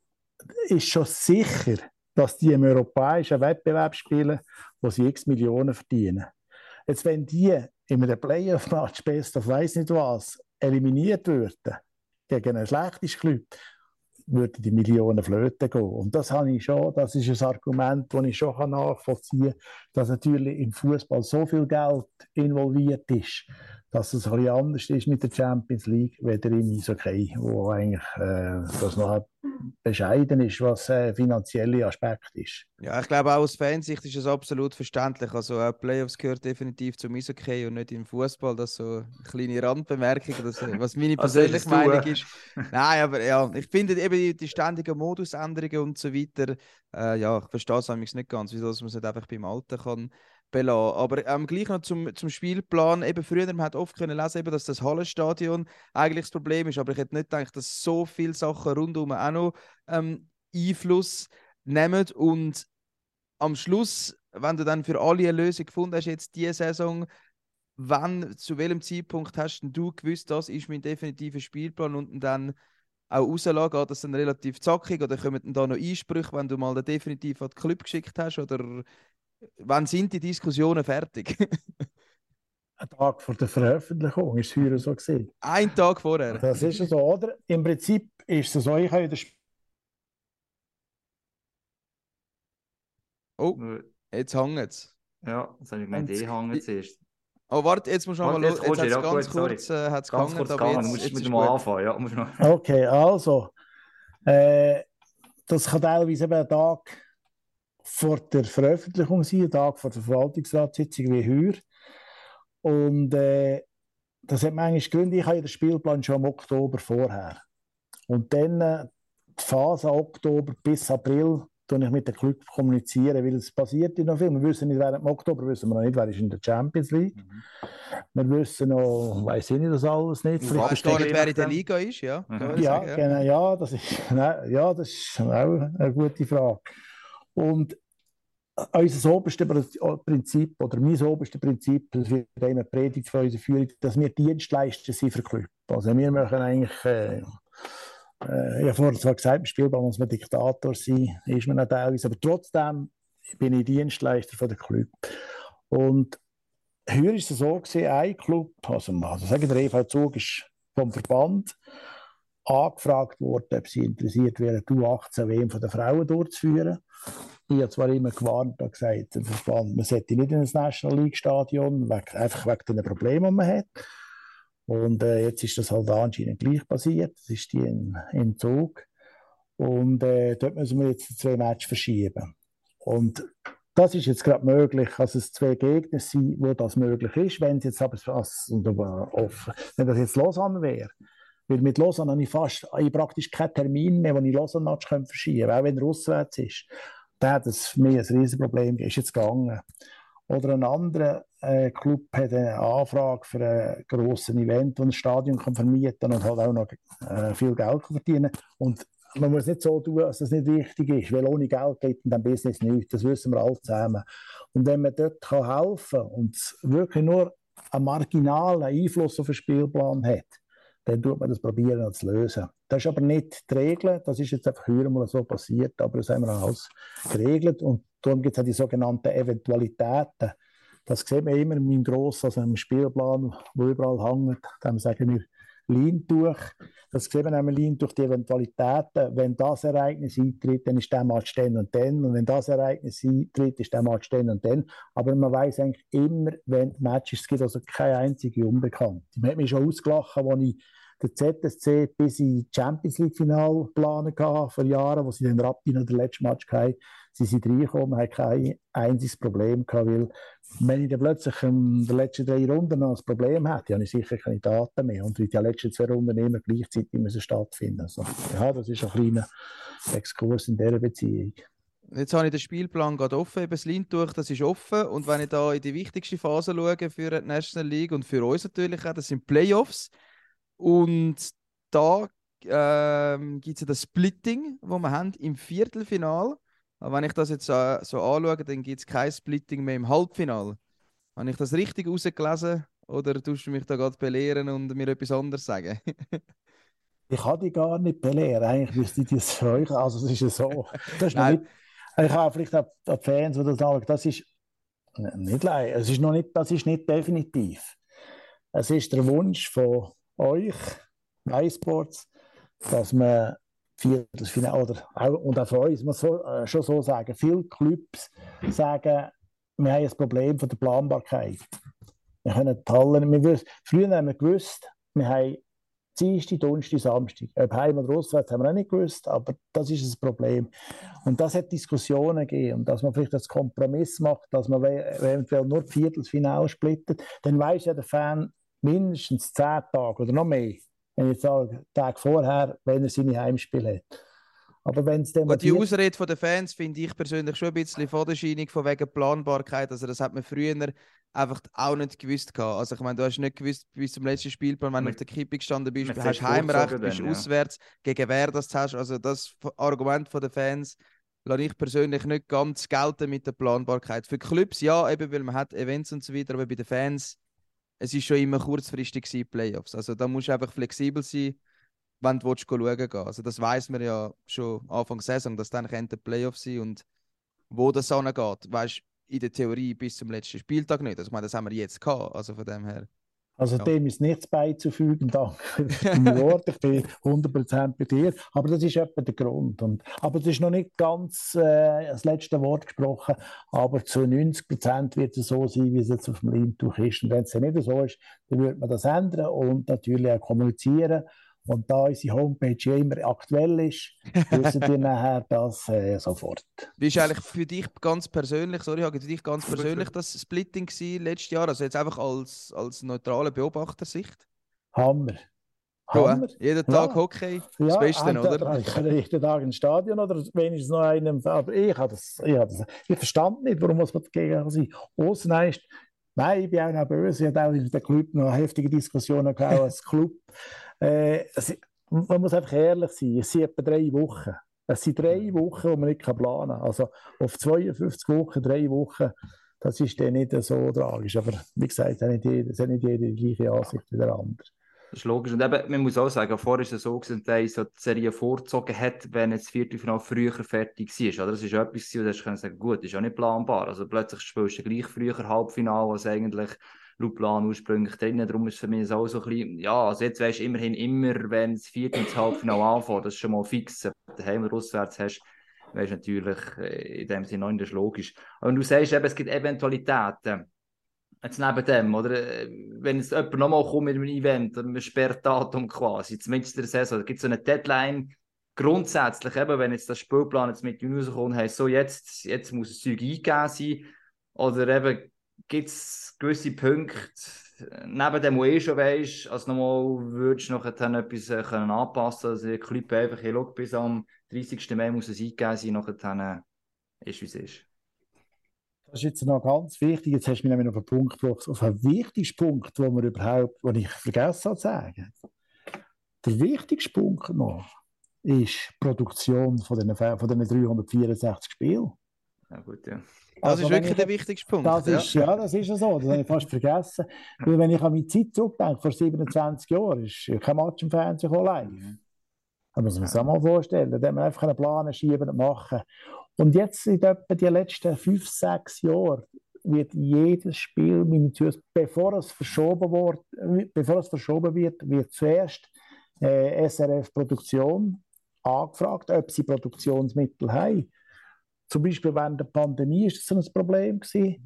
D: ist schon sicher, dass die im europäischen Wettbewerb spielen, wo sie x Millionen verdienen. Jetzt, wenn die in einem Playoff-Match best of weiss nicht was eliminiert würden gegen einen schlechten Club, würden die Millionen flöten gehen. Und das habe ich schon, das ist ein Argument, das ich schon nachvollziehen kann, dass natürlich im Fußball so viel Geld involviert ist, dass es ein bisschen anders ist mit der Champions League, weder im Eishockey, wo eigentlich äh, das noch bescheiden ist, was der finanzielle Aspekt ist.
B: Ja, ich glaube auch aus Fansicht ist es absolut verständlich. Also auch Playoffs gehört definitiv zum Eishockey und nicht im Fußball. Das ist so eine kleine Randbemerkung, das, was meine persönliche Meinung ist. Nein, aber ja, ich finde eben die, die ständigen Modusänderungen und so weiter, äh, ja, ich verstehe es eigentlich nicht ganz, wieso man es nicht einfach beim Alten kann belassen. Aber ähm, gleich noch zum, zum Spielplan. Eben früher, man hat oft können lesen, eben, dass das Hallenstadion eigentlich das Problem ist, aber ich hätte nicht gedacht, dass so viele Sachen rundum auch noch ähm, Einfluss nehmen und am Schluss, wenn du dann für alle eine Lösung gefunden hast, jetzt diese Saison, wann, zu welchem Zeitpunkt hast du gewusst, das ist mein definitiver Spielplan und dann auch rauslassen, geht das dann relativ zackig oder kommen dann da noch Einsprüche, wenn du mal den definitiv an den Club geschickt hast oder wann sind die Diskussionen fertig?
D: Ein Tag vor der Veröffentlichung ist es früher so gewesen.
B: Ein Tag vorher?
D: Das ist so, oder? Im Prinzip ist es so, ich habe das
B: Oh, jetzt hängt es.
A: Ja, das habe ich gemeint, eh hängen zuerst.
B: Oh, warte, jetzt musst du noch mal
A: Jetzt
B: los. Jetzt
A: kommst du,
B: hat es
A: ja,
B: ganz
A: gut, sorry.
B: kurz, äh, hat's
A: Ganz
B: gehangen,
A: kurz
B: aber
A: gegangen,
B: jetzt,
A: du musst
B: jetzt
A: mit
B: ist
A: dem
B: gut.
A: anfangen. Ja, musst noch.
D: Okay, also, äh, das kann teilweise eben ein Tag vor der Veröffentlichung sein, ein Tag vor der Verwaltungsratssitzung wie heuer. Und äh, das hat manchmal Gründe, ich habe den Spielplan schon im Oktober vorher. Und dann äh, die Phase Oktober bis April tue ich mit dem Club kommunizieren, weil es passiert ja noch viel. Wir wissen nicht, während dem Oktober wissen wir noch nicht, wer ist in der Champions League. Mhm. Wir wissen noch, weiss ich nicht, das alles nicht.
B: Ich weiß gar nicht, wer in der Liga ist, ja.
D: Mhm. Ja, sagen, genau, ja, das ist, ja, das ist auch eine gute Frage. Und unser oberstes Prinzip, oder mein oberstes Prinzip, das wird immer predigt von unserer Führung, dass wir Dienstleister sind für Club. Also wir machen eigentlich, äh, äh, ich habe vorhin zwar gesagt, im Spielball muss man Diktator sein, ist man auch teilweise, aber trotzdem bin ich Dienstleister von der Club. Und heuer war es so gewesen, ein Club, also, also sagen der E V Zug ist vom Verband angefragt worden, ob sie interessiert wären, die U achtzehn W M von den Frauen durchzuführen. Ich habe zwar immer gewarnt und gesagt, der Verband, man sollte nicht in ein National League Stadion, wegen, einfach wegen den Problemen, die man hat. Und äh, jetzt ist das halt anscheinend gleich passiert. Das ist die in, in Zug. Und äh, dort müssen wir jetzt zwei Matches verschieben. Und das ist jetzt gerade möglich, dass es zwei Gegner sind, wo das möglich ist. Wenn es jetzt aber offen, wenn das jetzt Lausanne wäre, weil mit Lausanne habe ich fast ich praktisch keinen Termin mehr, wo ich Lausanne-Match verschieben kann, auch wenn er auswärts ist. Da hat es für mich ein Riesenproblem, ist jetzt gegangen. Oder ein anderer äh, Club hat eine Anfrage für ein grosses Event, wo ein Stadion kann vermieten kann und halt auch noch äh, viel Geld verdienen kann. Und man muss nicht so tun, dass das nicht wichtig ist, weil ohne Geld geht in diesem Business nichts. Das wissen wir alle zusammen. Und wenn man dort kann helfen kann und wirklich nur einen marginalen Einfluss auf den Spielplan hat, dann tut man das probieren zu lösen. Das ist aber nicht die Regel, das ist jetzt einfach höher mal so passiert, aber das haben wir alles geregelt und darum gibt es auch die sogenannten Eventualitäten. Das sieht man immer in meinem grossen, also im Spielplan, wo überall hängt, dann sagen wir Leintuch. Das sieht man einmal Leintuch, die Eventualitäten. Wenn das Ereignis eintritt, dann ist der Match dann und dann. Und wenn das Ereignis eintritt, ist der Match dann und dann. Aber man weiß eigentlich immer, wenn Matches, es gibt also keine einzige Unbekannte. Man hat mich schon ausgelachen, als ich den Z S C bis in Champions League Final planen hatte, vor Jahren, wo sie den Rappi noch den letzten Match hatten. Sie sind reingekommen, haben kein einziges Problem gehabt, weil wenn ich dann plötzlich in den letzten drei Runden noch ein Problem hätte, habe ich sicher keine Daten mehr. Und die letzten zwei Runden immer gleichzeitig müssen stattfinden. Also, ja, das ist ein kleiner Exkurs in dieser Beziehung.
B: Jetzt habe ich den Spielplan gerade offen, eben das Leintuch, das ist offen. Und wenn ich da in die wichtigste Phase schaue für die National League und für uns natürlich auch, das sind Playoffs. Und da ähm, gibt es ja das Splitting, das wir haben im Viertelfinal. Aber wenn ich das jetzt äh, so anschaue, dann gibt es kein Splitting mehr im Halbfinale. Habe ich das richtig rausgelesen oder tust du mich da gerade belehren und mir etwas anderes sagen?
D: Ich kann dich gar nicht belehren. Eigentlich müsste ich das für euch. Also, es ist ja so. Das ist noch nicht, ich habe vielleicht auch die Fans, die das sagen, das ist nicht leid. Es ist noch nicht, das ist nicht definitiv. Es ist der Wunsch von euch, iSports, dass man Viertelfinale oder auch, und auch von uns, muss so, äh, schon so sagen, viele Clubs sagen, wir haben ein Problem von der Planbarkeit. Wir können die Hallen, wir wissen, früher haben wir gewusst, wir haben Dienstag, Donnerstag, Samstag. Ob heim oder auswärts haben wir auch nicht gewusst, aber das ist das Problem. Und das hat Diskussionen gegeben. Und dass man vielleicht das Kompromiss macht, dass man eventuell nur die Viertelfinale splittet, dann weiss ja der Fan mindestens zehn Tage oder noch mehr, wenn ich sage, Tag vorher, wenn er seine Heimspiele hat. Aber wenn's
B: Gut, die Ausrede der Fans finde ich persönlich schon ein bisschen Vorderscheinung von wegen Planbarkeit. Also das hat man früher einfach auch nicht gewusst gehabt. Also ich meine, du hast nicht gewusst bis zum letzten Spielplan, wenn du auf der Kippe gestanden bist, hast Heimrecht, bist dann, auswärts, ja. Gegen wer das hast. Also das Argument der Fans lasse ich persönlich nicht ganz gelten mit der Planbarkeit. Für Clubs ja, eben weil man hat Events und so weiter, aber bei den Fans, es ist schon immer kurzfristig gewesen, Playoffs. Also da musst du einfach flexibel sein, wenn du schauen gehen. Also das weiss man ja schon Anfang der Saison, dass dann die Playoffs sein und wo das angeht, weißt in der Theorie bis zum letzten Spieltag nicht. Also ich meine, das haben wir jetzt gehabt, also von dem her.
D: Also ja. Dem ist nichts beizufügen, danke für deine Worte, ich bin hundert Prozent bei dir, aber das ist etwa der Grund. Und, aber es ist noch nicht ganz äh, das letzte Wort gesprochen, aber zu neunzig Prozent wird es so sein, wie es jetzt auf dem Leintuch ist. Und wenn es dann nicht so ist, dann würde man das ändern und natürlich auch kommunizieren. Und da unsere Homepage ja immer aktuell ist, wissen wir nachher das äh, sofort.
B: Wie ist eigentlich für dich ganz persönlich, sorry, für dich ganz persönlich das Splitting gewesen letztes Jahr? Also jetzt einfach als, als neutrale Beobachtersicht?
D: Hammer.
B: Hammer. Ja, jeden Tag ja. Hockey,
D: ja,
B: das Beste, oder?
D: Da, ich kann jeden Tag ins Stadion oder wenigstens noch einen. Aber ich habe das, ich, habe das, ich verstand nicht, warum muss man dagegen sein. Aussen ist, nein, ich bin auch noch böse. Ich habe auch in der Club noch heftige Diskussionen gehabt als Club. Äh, es, man muss einfach ehrlich sein, es sind etwa drei Wochen. Es sind drei Wochen, die man nicht planen kann. Also auf zweiundfünfzig Wochen, drei Wochen, das ist dann nicht so tragisch. Aber wie gesagt, es hat nicht jeder, nicht jeder die gleiche Ansicht wie der andere.
A: Das ist logisch. Und eben, man muss auch sagen, vorher ist es so gewesen, dass so die Serie vorgezogen hat, wenn jetzt das Viertelfinale früher fertig war. Das ist etwas, wo du sagen kannst, gut, ist auch nicht planbar. Also plötzlich spielst du gleich früher Halbfinale, als eigentlich laut Plan ursprünglich drin. Darum ist es für mich auch so ein bisschen, ja, also jetzt weisst du immerhin immer, wenn das Vierte ins Halbfinale anfängt, das ist schon mal fix. Wenn du daheim oder auswärts hast, weisst du natürlich in dem Sinne noch, das ist logisch. Aber wenn du sagst, eben, es gibt Eventualitäten, jetzt neben dem, oder, wenn jetzt jemand nochmal kommt mit einem Event, oder einem Sperrdatum quasi, zumindest in der Saison, da gibt es so eine Deadline, grundsätzlich, eben, wenn jetzt der Spielplan jetzt mit Juni rauskommt, heisst so, jetzt, jetzt muss das Zeug eingegeben sein, oder eben, gibt es gewisse Punkte, neben dem, wo du eh schon weisst, als nochmal würdest du noch etwas äh, können anpassen, also der Club einfach, hey, schau, bis am dreißigsten Mai muss es eingegeben sein, nachher äh, ist, wie es ist.
D: Das ist jetzt noch ganz wichtig. Jetzt hast du mich nämlich auf einen Punkt gebracht, auf einen wichtigsten Punkt, wo wir überhaupt, den ich vergessen habe zu sagen. Der wichtigste Punkt noch ist die Produktion von diesen, von diesen dreihundertvierundsechzig Spielen.
A: Ja, gut, ja.
B: Das also ist wirklich ich, der wichtigste Punkt.
D: Das ja. Ist, ja, das ist ja so. Das habe ich fast vergessen. Weil wenn ich an meine Zeit zurückdenke, vor siebenundzwanzig Jahren, ist kein Match im Fernsehen live. Mhm. Da muss man sich auch mal vorstellen. Da hat man einfach einen Plan schieben und machen. Und jetzt in etwa die letzten fünf, sechs Jahren wird jedes Spiel minutiös, bevor es verschoben wird, bevor es verschoben wird, wird zuerst äh, S R F-Produktion angefragt, ob sie Produktionsmittel haben. Zum Beispiel während der Pandemie war das so ein Problem gewesen.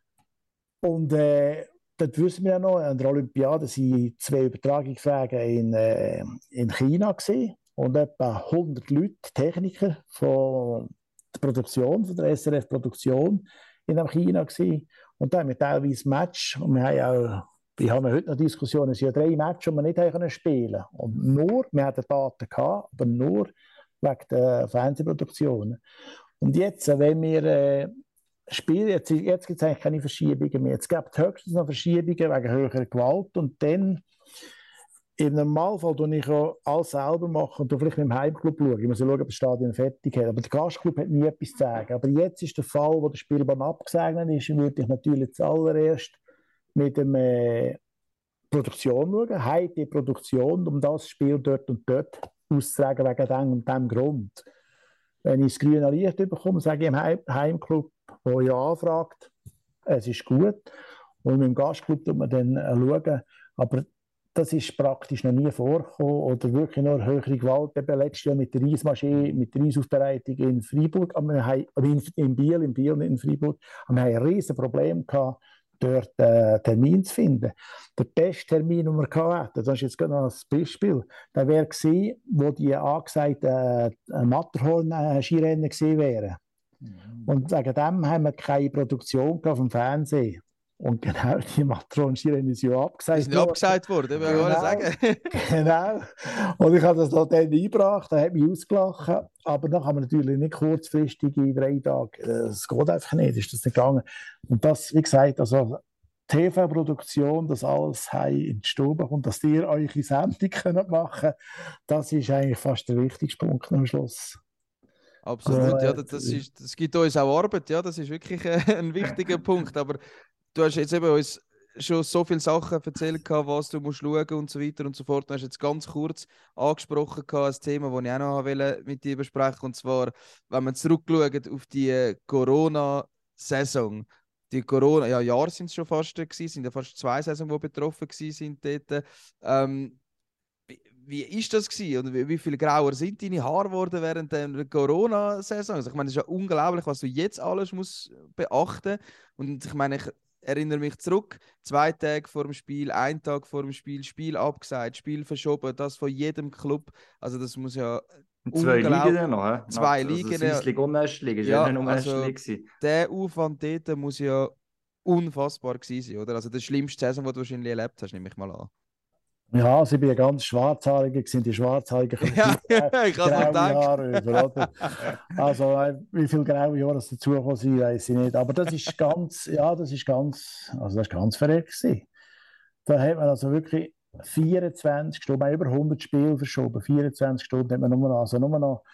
D: Und äh, dort wissen wir ja noch, an der Olympiade waren zwei Übertragungswege in, äh, in China gewesen. Und etwa hundert Leute, Techniker von der Produktion, von der S R F-Produktion in China gewesen. Und da haben wir teilweise Match. Und wir haben auch, wir haben heute noch Diskussionen, es sind ja drei Matches, die wir nicht spielen konnten. Und nur, wir hatten Daten gehabt, aber nur wegen der Fernsehproduktionen. Und jetzt, wenn wir äh, spielen, jetzt, jetzt gibt es eigentlich keine Verschiebungen mehr. Jetzt gibt es höchstens noch Verschiebungen wegen höherer Gewalt. Und dann, im Normalfall, tue ich auch alles selber machen und vielleicht mit dem Heimclub schauen. Ich muss schauen, ob das Stadion fertig hat. Aber der Gastclub hat nie etwas zu sagen. Aber jetzt ist der Fall, wo der Spielbahn abgesegnet ist, würde ich natürlich zuallererst mit der äh, Produktion schauen. Heute die Produktion, um das Spiel dort und dort auszutragen, wegen dem und dem Grund. Wenn ich das grüne Licht bekomme, sage ich dem Heim Heimclub, der ja anfragt, es ist gut. Und mit dem Gastclub tut man dann äh, schauen. Aber das ist praktisch noch nie vorgekommen oder wirklich nur höhere Gewalt. Eben letztes Jahr mit der Eismaschine, mit der Eisaufbereitung in Freiburg, aber wir haben, in, in Biel, in Biel, nicht in Freiburg, und wir haben ein riesiges Problem gehabt dort einen Termin zu finden. Der beste Termin, den wir hatten, das ist jetzt gerade noch ein Beispiel, der wäre gewesen, wo die angesagten äh, Matterhorn-Skirennen gewesen wären. Mhm. Und wegen dem haben wir keine Produktion auf dem Fernsehen. Und genau die Matterhorn-Skirennen sind ja abgesagt
B: worden. Die sind abgesagt worden, ich will
D: genau,
B: sagen.
D: Genau. Und ich habe das noch dann eingebracht, da hat mich ausgelacht. Aber dann kann man natürlich nicht kurzfristig in drei Tagen. Das geht einfach nicht, ist das nicht gegangen. Und das, wie gesagt, also T V-Produktion, das alles in die Stube kommt, dass ihr eure Sendung könnt machen könnt, das ist eigentlich fast der wichtigste Punkt am Schluss.
B: Absolut, also, ja, das, ist, das gibt uns auch Arbeit, ja, das ist wirklich ein wichtiger Punkt. Aber du hast jetzt eben uns schon so viele Sachen erzählt, was du musst schauen und so weiter und so fort. Du hast jetzt ganz kurz angesprochen, ein Thema, das ich auch noch mit dir besprechen wollte. Und zwar, wenn man zurückschaut auf die Corona-Saison. Die Corona, ja, Jahre sind es schon fast gewesen, sind ja fast zwei Saisons, die betroffen sind dort. Ähm, wie, wie ist das gewesen? Und wie, wie viel grauer sind deine Haare geworden während der Corona-Saison? Also ich meine, es ist ja unglaublich, was du jetzt alles musst beachten. Und ich meine, ich erinnere mich zurück, zwei Tage vor dem Spiel, ein Tag vor dem Spiel, Spiel abgesagt, Spiel verschoben, das von jedem Club. Also das muss ja
A: zwei Ligen noch, he?
B: Zwei
A: also
B: Ligen.
A: Swiss League und National League, ist
B: ja,
A: ja nicht nur
B: also
A: National League.
B: Der Aufwand dort muss ja unfassbar gewesen sein, oder? Also das schlimmste Saison, die du wahrscheinlich erlebt hast, nehme ich mal an.
D: Ja, sie waren ganz schwarzhaarige, sind die Schwarzhaarigen
B: ja, ich habe
D: graue Haare über, oder? Also wie viele graue Haare dazugekommen sind, weiß ich nicht. Aber das ist ganz, ja, das ist ganz, also das ist ganz verrückt gewesen. Da hat man also wirklich vierundzwanzig Stunden, wir haben über hundert Spiele verschoben, vierundzwanzig Stunden hat man nur noch, also nur noch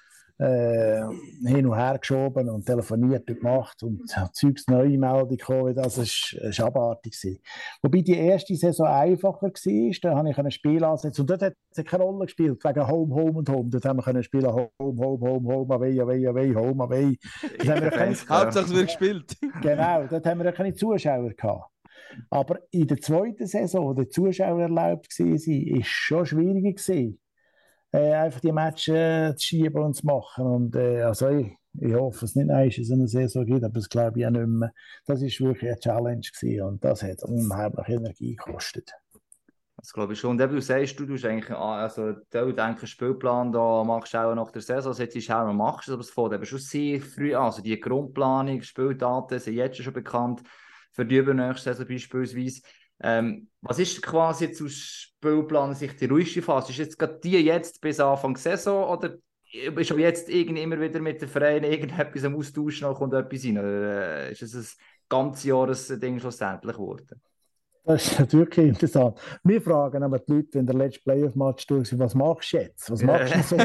D: äh, hin und her geschoben und telefoniert und gemacht und Zeugs neue Meldung gekommen. Das war abartig gewesen. Wobei die erste Saison einfacher war, da habe ich ein Spiel ansetzen und dort hat es keine Rolle gespielt, wegen Home, Home und Home. Dort haben wir können spielen Home, Home, Home, Home, away, away, away, Home, away.
B: Hauptsache es wird gespielt.
D: Genau, dort haben wir keine Zuschauer gehabt. Aber in der zweiten Saison, wo die Zuschauer erlaubt waren, war es schon schwieriger gewesen. Äh, einfach die Matches äh, zu schieben und zu machen. Und, äh, also ich, ich hoffe, dass es nicht einmal so eine Saison gibt, aber das glaube ich auch nicht mehr. Das war wirklich eine Challenge gewesen und das hat unheimlich Energie gekostet.
A: Das glaube ich schon. Und eben, du sagst, du tust eigentlich, also du denkst, Spielplan da machst du auch nach der Saison, jetzt ist auch noch machst du, aber es fängt eben schon sehr früh an. Also die Grundplanung, Spieldaten sind jetzt schon bekannt, für die übernächste Saison beispielsweise. Ähm, was ist quasi jetzt aus Spielplan sich die ruhigste Phase? Ist jetzt gerade die jetzt bis Anfang der Saison oder ist auch jetzt irgendwie immer wieder mit den Vereinen irgendetwas am Austausch noch und etwas rein? Oder ist es ein ganzes Jahresding schlussendlich geworden?
D: Das ist natürlich interessant. Wir fragen aber die Leute, wenn der letzte Playoff-Match durch ist, was machst du jetzt? Was machst du so?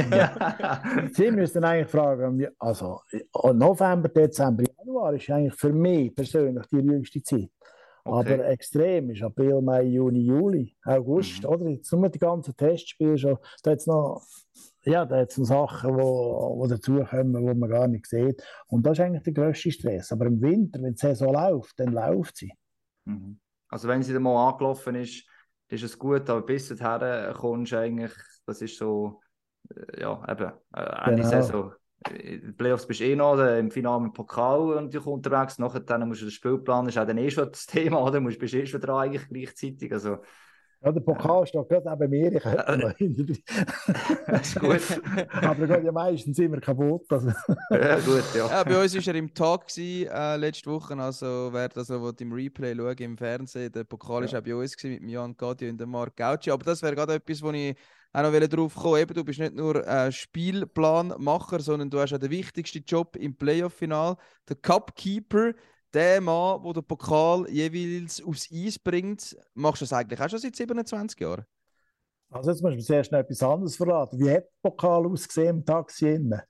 D: Sie müssen eigentlich fragen, also November, Dezember, Januar ist eigentlich für mich persönlich die jüngste Zeit. Okay. Aber extrem ist April, Mai, Juni, Juli, August, mhm. oder? Jetzt nur die ganzen Testspiele schon. Da hat es noch, ja, da hat's noch Sachen, die wo, wo dazukommen, die man gar nicht sieht. Und das ist eigentlich der grösste Stress. Aber im Winter, wenn die Saison läuft, dann läuft sie.
A: Mhm. Also wenn sie dann mal angelaufen ist, ist es gut, aber bis dahin kommst du eigentlich, das ist so, ja, eben, äh, Ende genau. Saison. In den Playoffs bist du eh noch im Finale im Pokal und du unterwegs. Nachher dann musst du den Spielplan, ist auch dann eh schon das Thema, oder? Du bist eh schon dran eigentlich gleichzeitig. Also,
D: ja, der Pokal äh, steht gerade neben mir. Ich hätte noch hinter
A: Das ist gut.
D: Aber er geht ja meistens immer kaputt. Also.
A: Ja, gut, ja.
B: ja. Bei uns war er im Tag gewesen, äh, letzte Woche. Also, wer das also im Replay schaut, im Fernsehen, der Pokal war ja. auch bei uns gewesen, mit Jan Gadio und Marc Gauci. Aber das wäre gerade etwas, wo ich auch noch drauf kommen. Eben, du bist nicht nur äh, Spielplanmacher, sondern du hast auch den wichtigsten Job im Playoff-Final. Der Cupkeeper, der Mann, der den Pokal jeweils aufs Eis bringt. Machst du das eigentlich auch schon seit siebenundzwanzig Jahren?
D: Also jetzt musst du mir zuerst noch etwas anderes verraten. Wie hat der Pokal ausgesehen im Taxi innen?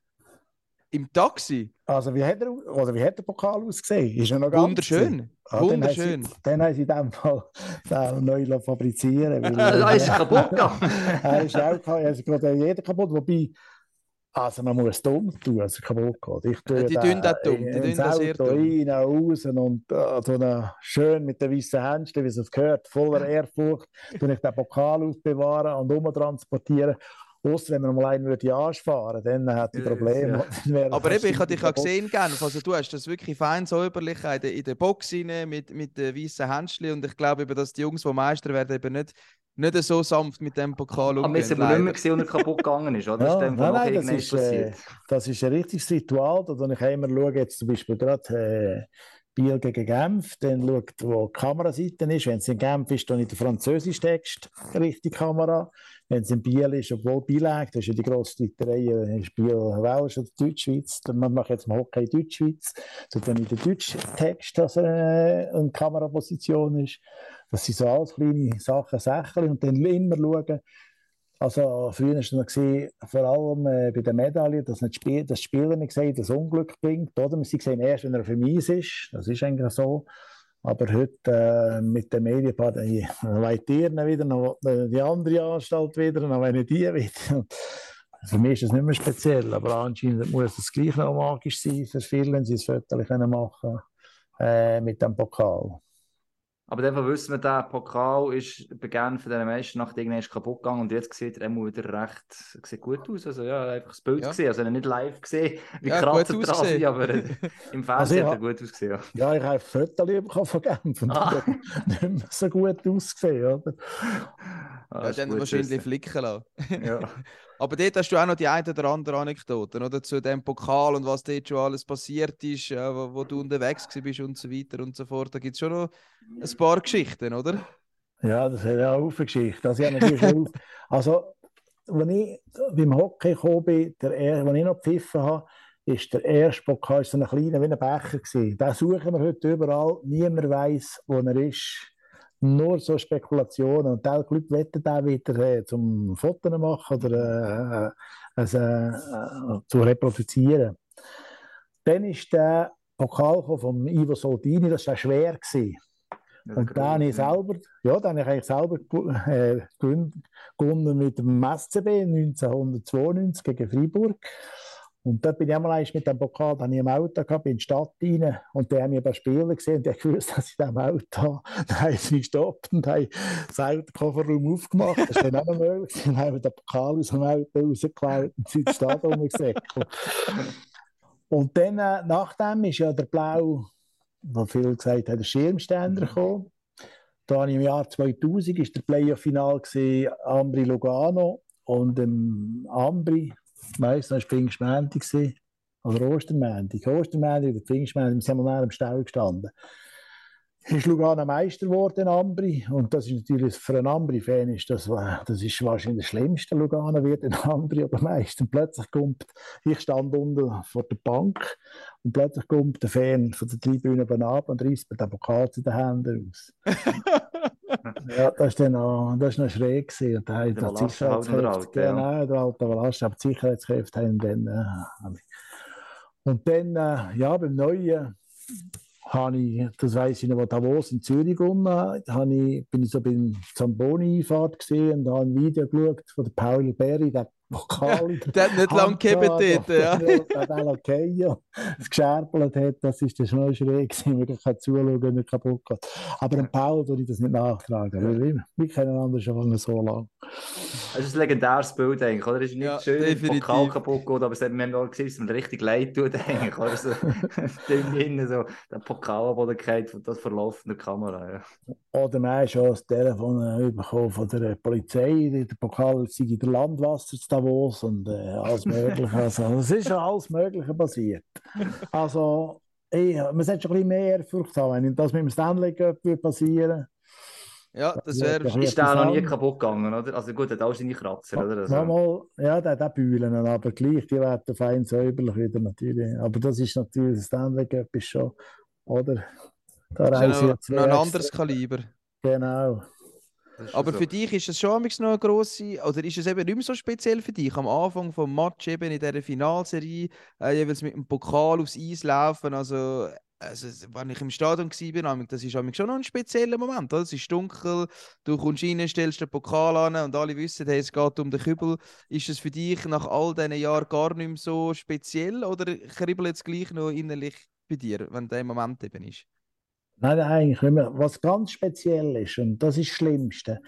B: Im Taxi?
D: Also wie hat, er, oder wie hat der Pokal ausgesehen? Ist er noch
B: wunderschön.
D: Ah,
B: wunderschön.
D: Dann haben sie in dem Fall den neu fabrizieren.
A: Er ist kaputt gegangen.
D: Er ist auch kaputt. Jeder kaputt. Wobei, also man muss dumm tun, also kaputt geht. Ich tue
B: die tun das dumm. Die tun das sehr dumm.
D: Rein, raus und also schön mit den weißen Händchen, wie es gehört, voller Ehrfurcht, tue ich den Pokal aufbewahren und umtransportieren. Ausser wenn man mal einen würde anfahren, dann hat die Probleme.
A: Ja.
B: Aber eben, ich habe dich ja gesehen, Genf. Also du hast das wirklich fein säuberlich in der, in der Box rein, mit, mit den weißen Händchen. Und ich glaube eben, dass die Jungs, die Meister werden, eben nicht, nicht so sanft mit dem Pokal umgehen.
A: Aber wir sind nicht mehr gesehen, und er kaputt gegangen ist, oder?
D: Ja,
A: Das ist
D: nein, nein, das
A: ist,
D: äh, das ist ein richtiges Ritual. Da schaue ich immer, schaue jetzt zum Beispiel gerade äh, Biel gegen Genf, dann schaut, wo die Kameraseite ist. Wenn es in Genf ist, dann in der französischen Text richtig Kamera. Wenn es in Biel ist, obwohl Biel liegt, das ist ja die grosse Literei, ist Biel Welsch oder Deutschschweiz. Man macht jetzt im Hockey Deutschschweiz, so dann in der deutschen Text, dass äh, eine Kameraposition ist. Das sind so alles kleine Sachen, Sachen. Und dann immer schauen. Also früher war es noch gesehen, vor allem äh, bei den Medaillen, dass nicht Spiel, das Spieler nicht sehen, das Unglück bringt. Oder? Sie sehen erst, wenn er auf dem Eis ist. Das ist eigentlich so. Aber heute äh, mit den Medienpartnern, wollen die wieder, noch die andere Anstalt wieder, noch wollen die wieder. Für mich ist das nicht mehr speziell, aber anscheinend muss es gleich noch magisch sein für viele, wenn sie es Fotos machen können äh, mit dem Pokal.
A: Aber dann wissen wir, der Pokal ist bei Genf von dieser Meisternacht irgendwann kaputt gegangen und jetzt sieht er immer wieder recht sieht gut aus. Also ja, einfach das Bild ja. gesehen, also nicht live gesehen, wie
B: ja,
A: Kratzer dran sind, aber im Fernsehen also, hat er gut ausgesehen.
D: Ja, ja ich habe Fotos von Genf und ah. nicht mehr so gut ausgesehen, oder?
B: Ah, ja, dann wahrscheinlich flicken lassen. Ja. Aber dort hast du auch noch die eine oder andere Anekdote, oder? Zu dem Pokal und was dort schon alles passiert ist, äh, wo, wo du unterwegs bist und so weiter und so fort. Da gibt es schon noch ein paar Geschichten, oder?
D: Ja, das ist ja auch eine Geschichte. Also, ich also als ich beim Hockey gekommen bin, der, als ich noch gepfiffen habe, ist der erste Pokal so ein kleiner wie ein Becher gewesen. Den suchen wir heute überall. Niemand weiss, wo er ist. Nur so Spekulationen. Und der Glück wettet auch wieder äh, zum Fotos machen oder äh, also, äh, zu reproduzieren. Dann ist der Pokal von Ivo Soldini, das war schwer gewesen. Ja, und den habe ich selber, ja, den habe ich eigentlich selber äh, gewonnen mit dem S C B neunzehnhundertzweiundneunzig gegen Freiburg. Und da bin ich einmal mit dem Pokal, da habe ich im Auto gehabt, bin in die Stadt rein und da haben wir ein paar Spieler gesehen und die haben gewusst, dass ich in diesem Auto habe. Dann haben sie gestoppt und haben den Kofferraum aufgemacht. Das ist dann auch noch möglich. Dann haben wir den Pokal aus dem Auto rausgeklaut und sind in die Stadt rumgesäckelt. Und dann, äh, nachdem ist ja der Blau, wo viele gesagt haben, der Schirmständer gekommen. Da im Jahr zweitausend war der Playoff-Final Ambri-Lugano und im Ambri, meistens war Pfingstmäntig oder Ostermäntig. Ostermäntig oder Pfingstmäntig, wir sind mal am Stall gestanden. Ist Lugano Meister geworden, Ambri. Und das ist natürlich für einen Ambri-Fan ist das, das ist wahrscheinlich das Schlimmste. Lugano wird in Ambri aber Meister. Und plötzlich kommt, ich stand unten vor der Bank und plötzlich kommt der Fan von der Tribüne ab und reißt mir den Pokal zu den Händen raus. Ja, das war noch, noch schräg gewesen. Und dann
A: der
D: die Sicherheitskräfte, genau, der alte Valasch, aber die Sicherheitskräfte haben dann, äh, und dann, äh, ja, beim Neuen, habe ich, das weiss ich noch, wo Davos in Zürich gewonnen habe, ich, bin ich so beim Zamboni-Einfahrt gesehen und habe ein Video geschaut von der Paul Berry, der Pokal.
B: Der hat nicht lange gegeben dort, ja.
D: Der hat auch das gescherbelt hat, das ist schon schräg gewesen, man kann zuschauen, wenn er kaputt geht. Aber dem Paul würde ich das nicht nachtragen, weil wir, wir kennen einander schon so lange.
A: Das ist ein legendäres Bild eigentlich, oder? Es ist nicht ja, schön, wenn der Pokal kaputt geht, aber es hat mir auch gesehen, dass man richtig leid tut eigentlich, oder? So, so, der Pokal, der geht von das verlaufende Kamera, ja.
D: Oder man hat schon das Telefon bekommen von der Polizei, der Pokal sei in der Landwasser zu Davos und äh, alles Mögliche. Also, es ist schon alles Mögliche passiert. Also, ey, man sollte schon ein bisschen mehr Ehrfurcht haben, wenn das mit dem Stanley Cup passieren.
B: Ja, das wäre...
A: Ist der noch nie kaputt gegangen, oder? Also gut, der hat auch seine Kratzer, oder? Also.
D: Mal, ja, der hat Bühlen, aber gleich, die werden fein säuberlich wieder natürlich. Aber das ist natürlich, das Stanley Cup ist schon, oder?
B: Da das ist ja noch, noch ein anderes Kaliber.
D: Genau.
B: Aber so. Für dich ist es schon noch eine grosse, oder ist es eben nicht mehr so speziell für dich? Am Anfang des Matches eben in dieser Finalserie, äh, jeweils mit dem Pokal aufs Eis laufen, also... Also, wenn ich im Stadion war, das ist schon noch ein spezieller Moment. Oder? Es ist dunkel, du kommst rein, stellst den Pokal an und alle wissen, hey, es geht um den Kübel. Ist es für dich nach all diesen Jahren gar nicht mehr so speziell oder kribbelt es gleich noch innerlich bei dir, wenn der Moment eben ist?
D: Nein, eigentlich nicht mehr. Was ganz speziell ist, und das ist das Schlimmste,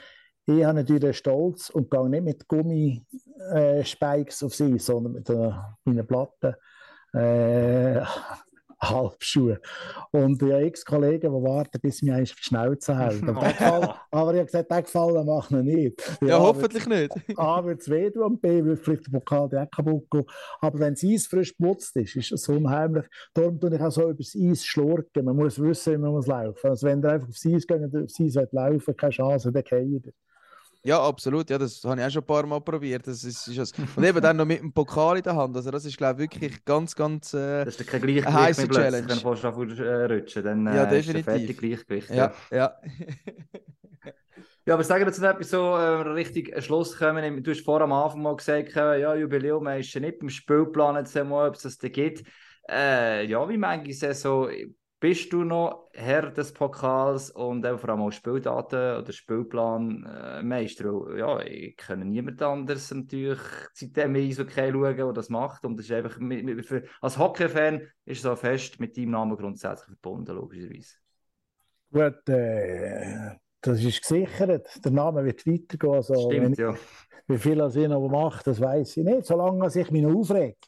D: ich habe natürlich den Stolz und gehe nicht mit Gummispikes aufs Eis, sondern mit einer, meiner Platte. Äh, Halbschuhe. Und ich habe Ex-Kollegen, die warten, bis mir eins auf die Schnauze hält. Aber, der Gefallen, aber ich habe gesagt, den Gefallen macht er nicht.
B: Ja, ja hoffentlich nicht.
D: A wird es weh tun und B wird vielleicht der Pokal auch kaputt gehen. Aber wenn das Eis frisch geputzt ist, ist das unheimlich. Darum tue ich auch so über das Eis schlurken. Man muss wissen, wie man muss laufen. Also wenn ihr einfach aufs Eis geht und aufs Eis laufen, keine Chance, dann geht ihr.
B: Ja, absolut. Ja, das habe ich auch schon ein paar Mal probiert. Das ist, ist das. Und eben dann noch mit dem Pokal in der Hand. Also das ist, glaube ich, wirklich ganz, ganz äh,
A: das ist kein Gleichgewicht
B: heisse
A: mehr
B: Challenge.
A: Wenn du fast äh, rutschen, dann äh,
B: ja,
A: ist
B: definitiv.
A: der fertige Gleichgewicht.
B: Ja, ja. Ja,
A: ja, aber sagen wir jetzt noch etwas so äh, richtig Schluss kommen. Du hast vorher am Anfang mal gesagt, äh, ja, Jubiläum ist ja nicht beim Spielplan jetzt einmal, ob es das da gibt. Äh, ja, wie manche Saison bist du noch Herr des Pokals und auch vor allem auch Spieldaten oder Spielplanmeister? Äh, ja, ich kann niemand anderes natürlich seitdem ich so schauen, der das macht. Und das ist einfach, mit, mit, für, als Hockey-Fan ist so fest mit deinem Namen grundsätzlich verbunden, logischerweise.
D: Gut, äh, das ist gesichert. Der Name wird weitergehen. Also,
A: Stimmt, ja.
D: Ich, wie viel er sie noch macht, das weiß ich nicht, solange er sich mich noch aufregt.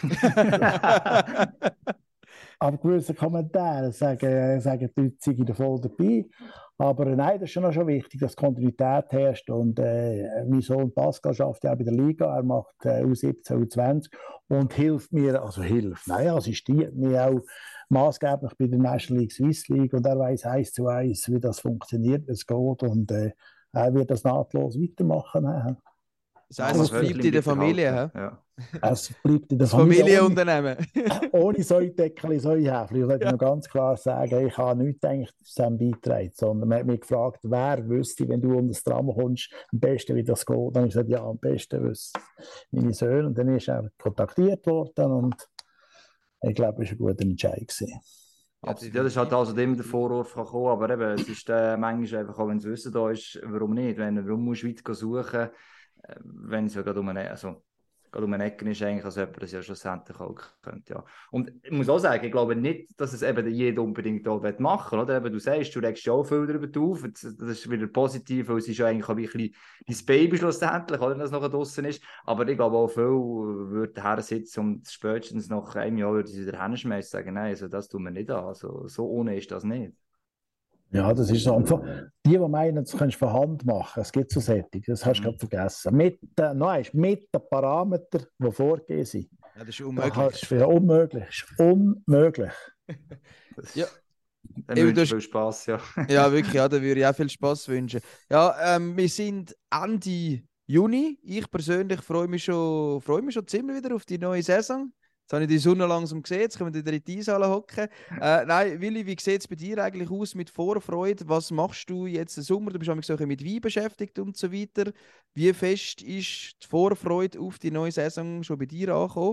D: Aber gewisse Kommentare sagen, sagen die Leute, sei ich da voll dabei. Aber nein, das ist schon, schon wichtig, dass Kontinuität herrscht. Und äh, mein Sohn Pascal arbeitet ja auch bei der Liga. Er macht äh, U siebzehn, U zwanzig und hilft mir, also hilft, nein, assistiert mir auch maßgeblich bei der National League Swiss League. Und er weiß eins zu eins, wie das funktioniert, wie es geht. Und äh, er wird das nahtlos weitermachen. Äh.
B: Das heisst, es bleibt in der Familie.
A: Ja.
D: Es bleibt in der
B: das
D: Familie.
B: Familienunternehmen.
D: Ohne, ohne Säudeckel, Säuhäfli. Ich wollte ja. noch ganz klar sagen, ich habe nichts eigentlich zusammen beitragen, sondern man hat mich gefragt, wer wüsste, wenn du unter das Tram kommst, am besten, wie das geht. Dann habe ich gesagt, ja, am besten wüsste meine Söhne. Und dann ist er kontaktiert worden und ich glaube, es war ein guter Entscheid gewesen.
A: Ja, das ist halt also immer der Vorwurf kann kommen, aber eben, es ist äh, manchmal einfach auch, wenn das Wissen da ist, warum nicht? Wenn, warum musst du weit suchen, äh, wenn es ja gerade um eine, also, gerade um eine Ecke ist, eigentlich, als jemand das ja schlussendlich auch könnte. Ja. Und ich muss auch sagen, ich glaube nicht, dass es eben jeder unbedingt da machen will. Oder? Eben, du sagst, du legst ja auch viel darüber auf, das ist wieder positiv, weil es ist ja eigentlich auch ein bisschen dein Baby schlussendlich, oder, dass es noch draußen ist. Aber ich glaube auch viel würde her sitzen und spätestens nach einem Jahr würde sie wieder hinschmeißen und sagen, nein, also das tun wir nicht an. Also, so ohne ist das nicht.
D: Ja, das ist so. Und die, die meinen, das kannst du von Hand machen, es gibt so Sättig, das hast du mhm. gerade vergessen. Mit, äh, nein, mit den Parametern, die vorgegeben sind.
B: Ja, das ist unmöglich.
D: Das ist unmöglich. Das ist unmöglich.
B: Ja.
A: Dann wünsche ich viel Spass, ja.
B: Ja, wirklich, ja, da würde ich auch viel Spass wünschen. Ja, ähm, wir sind Ende Juni. Ich persönlich freue mich schon, freue mich schon ziemlich wieder auf die neue Saison. Jetzt habe ich die Sonne langsam gesehen, jetzt können wir wieder in die Eishalle hocken. Äh, nein, Willi, wie sieht es bei dir eigentlich aus mit Vorfreude? Was machst du jetzt im Sommer? Du bist auch so mit Wein beschäftigt und so weiter. Wie fest ist die Vorfreude auf die neue Saison schon bei dir angekommen?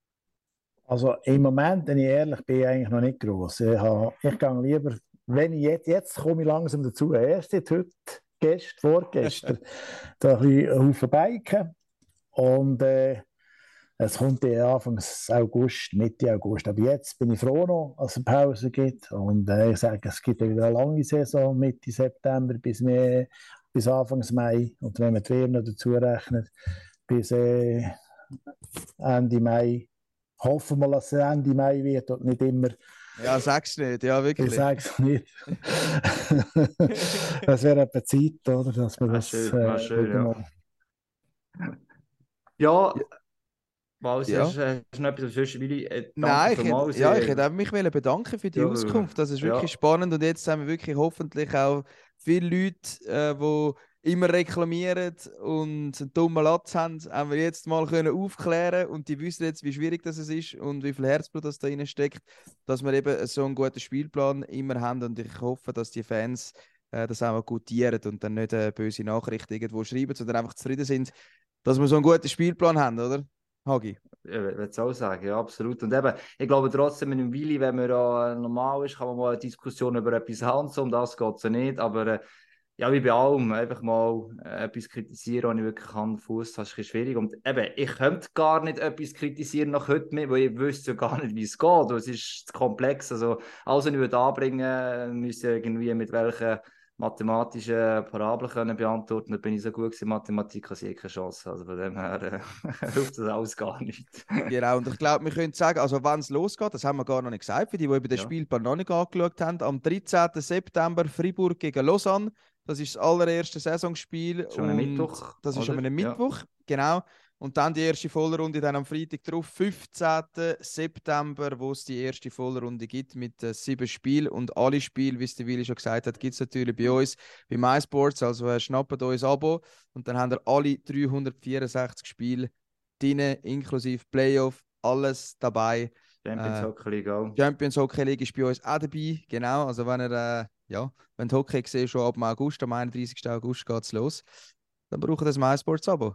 D: Also im Moment, wenn ich ehrlich bin, eigentlich noch nicht gross. Ich, habe, ich gehe lieber, wenn ich jetzt, jetzt komme ich langsam dazu, erst jetzt heute, gestern, vorgestern, da ein bisschen Haufen Biken und äh, es kommt ja Anfang August, Mitte August. Aber jetzt bin ich froh noch, dass es eine Pause gibt. Und äh, ich sage, es gibt ja wieder eine lange Saison, Mitte September bis, mehr, bis Anfang Mai. Und wenn man die Wehr noch dazu rechnet, bis äh, Ende Mai. Hoffen wir, dass es Ende Mai wird und nicht immer.
B: Ja, sag's nicht, ja, wirklich.
D: Ich sag's nicht. Das wäre etwa Zeit, oder? Dass man das.
A: Schön, äh, schön, ja. Ja. Mal,
B: ja.
A: Hast, hast du noch etwas zwischen Willi? Äh,
B: Nein, ich hätte, ja, ich hätte mich bedanken für die ja, Auskunft. Das ist wirklich ja. spannend und jetzt haben wir wirklich hoffentlich auch viele Leute, äh, die immer reklamieren und einen dummen Latz haben, haben wir jetzt mal können aufklären und die wissen jetzt, wie schwierig das ist und wie viel Herzblut das da drin steckt, dass wir eben so einen guten Spielplan immer haben und ich hoffe, dass die Fans äh, das auch gutieren und dann nicht äh, böse Nachrichten irgendwo schreiben, sondern einfach zufrieden sind, dass wir so einen guten Spielplan haben, oder? Hagi.
A: Ich würde es auch sagen, ja, absolut. Und eben, ich glaube trotzdem, mit dem Willi, wenn man ja normal ist, kann man mal eine Diskussion über etwas haben, so um das geht es ja nicht, aber äh, ja, wie bei allem, einfach mal äh, etwas kritisieren, was ich wirklich kann, Fuß, das ist ein bisschen schwierig. Und eben, ich könnte gar nicht etwas kritisieren nach heute mehr, weil ich wüsste ja gar nicht, wie es geht. Es ist zu komplex. Also, alles, was ich anbringen würde, müsste irgendwie mit welchen mathematische Parabeln können beantworten. Da bin ich so gut in Mathematik, dass ich keine Chance. Also von dem her äh, hilft das alles gar nicht.
B: Genau, und ich glaube, wir können sagen, also wenn es losgeht, das haben wir gar noch nicht gesagt, für die, die eben den
A: Ja.
B: Spielplan noch nicht angeschaut haben, am dreizehnten September Freiburg gegen Lausanne. Das ist das allererste Saisonspiel.
A: Schon am
B: und
A: Mittwoch,
B: Das ist
A: oder?
B: am
A: Ja.
B: Mittwoch, genau. Und dann die erste Vollrunde dann am Freitag drauf, fünfzehnten September, wo es die erste Vollrunde gibt mit äh, sieben Spielen. Und alle Spiele, wie es der Willi schon gesagt hat, gibt es natürlich bei uns, bei MySports. Also äh, schnappt euch ein Abo und dann habt ihr alle dreihundertvierundsechzig Spiele drin, inklusive Playoff, alles dabei.
A: Champions
B: Äh,
A: Hockey League auch.
B: Champions Hockey League ist bei uns auch dabei, genau. Also wenn ihr, äh, ja, wenn ihr Hockey seht, schon ab August, am einunddreißigsten August geht es los. Dann braucht ihr das MySports-Abo.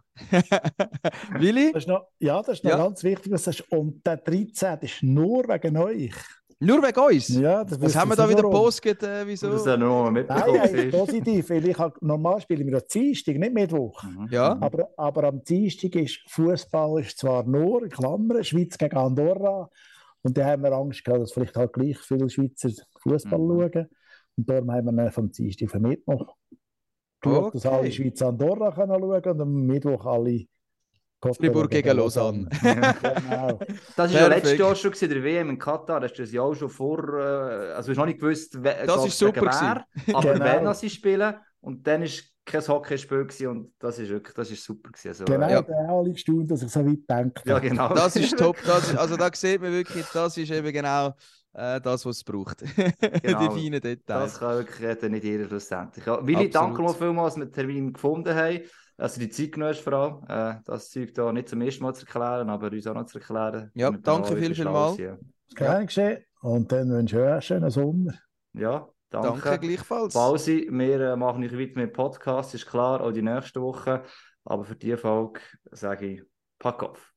B: Willi?
D: Das ist noch, ja, das ist noch
B: Ja.
D: ganz wichtig, was du sagst. Und der dreizehnte ist nur wegen euch.
B: Nur wegen uns?
D: Ja, das
B: Was
D: wisst
B: haben wir
D: ihr
B: da wieder
D: warum.
B: postet? Äh, wieso?
A: Das ist ja nur mal
D: Nein,
A: mitbekommen.
D: eigentlich
A: siehst.
D: positiv, weil ich habe, normal spiele ich am Dienstag, nicht Mittwoch.
A: Mhm.
B: Ja.
A: Mhm.
D: Aber, aber am Dienstag ist Fußball ist zwar nur, in Klammern, Schweiz gegen Andorra. Und da haben wir Angst gehabt, dass vielleicht halt gleich viele Schweizer Fußball
A: Mhm.
D: schauen. Und darum haben wir dann vom Dienstag auf den Mittwoch geschaut, dass
B: Okay.
D: alle Schweiz Andorra können schauen und am Mittwoch alle
B: Freiburg gegen Lausanne.
A: Ja.
D: Genau.
A: Das war ja
B: Perfekt.
A: letztes Jahr schon gewesen, der W M in Katar. Hast du das ja auch schon vor. Äh, also, du hast noch nicht gewusst, wer
B: Das
A: geht's
B: ist super
A: gegen wer, aber
D: Genau.
A: wenn sie spielen. Und dann war kein Hockeyspiel gewesen, und das ist wirklich das ist super gewesen. Also,
D: Genau,
A: äh,
B: Ja.
D: da haben alle gestaunt, dass ich so weit gedacht
A: ja,
D: habe.
A: genau.
B: Das ist top. Das ist, also da sieht man wirklich, das ist eben genau äh, das, was es braucht.
A: Genau.
B: Die feinen Details.
A: Das kann wirklich äh, dann nicht jeder schlussendlich. Ja, Willi,
B: Absolut.
A: danke mal vielmals, dass wir den Termin gefunden haben. Dass du die Zeit genommen hast, vor allem. Äh, das Zeug da nicht zum ersten Mal zu erklären, aber uns auch noch zu erklären.
B: Ja,
A: damit wir
B: danke
A: noch
B: viel,
A: wirklich
B: viel
A: schlau
B: mal.
A: sind.
D: Gerne geschehen. Und dann wünsche ich euch einen schönen Sommer.
A: Ja, danke.
B: Danke gleichfalls.
A: Pause. Wir äh, machen euch weiter mit dem Podcast, ist klar, auch die nächste Woche. Aber für diese Folge sage ich, pack auf.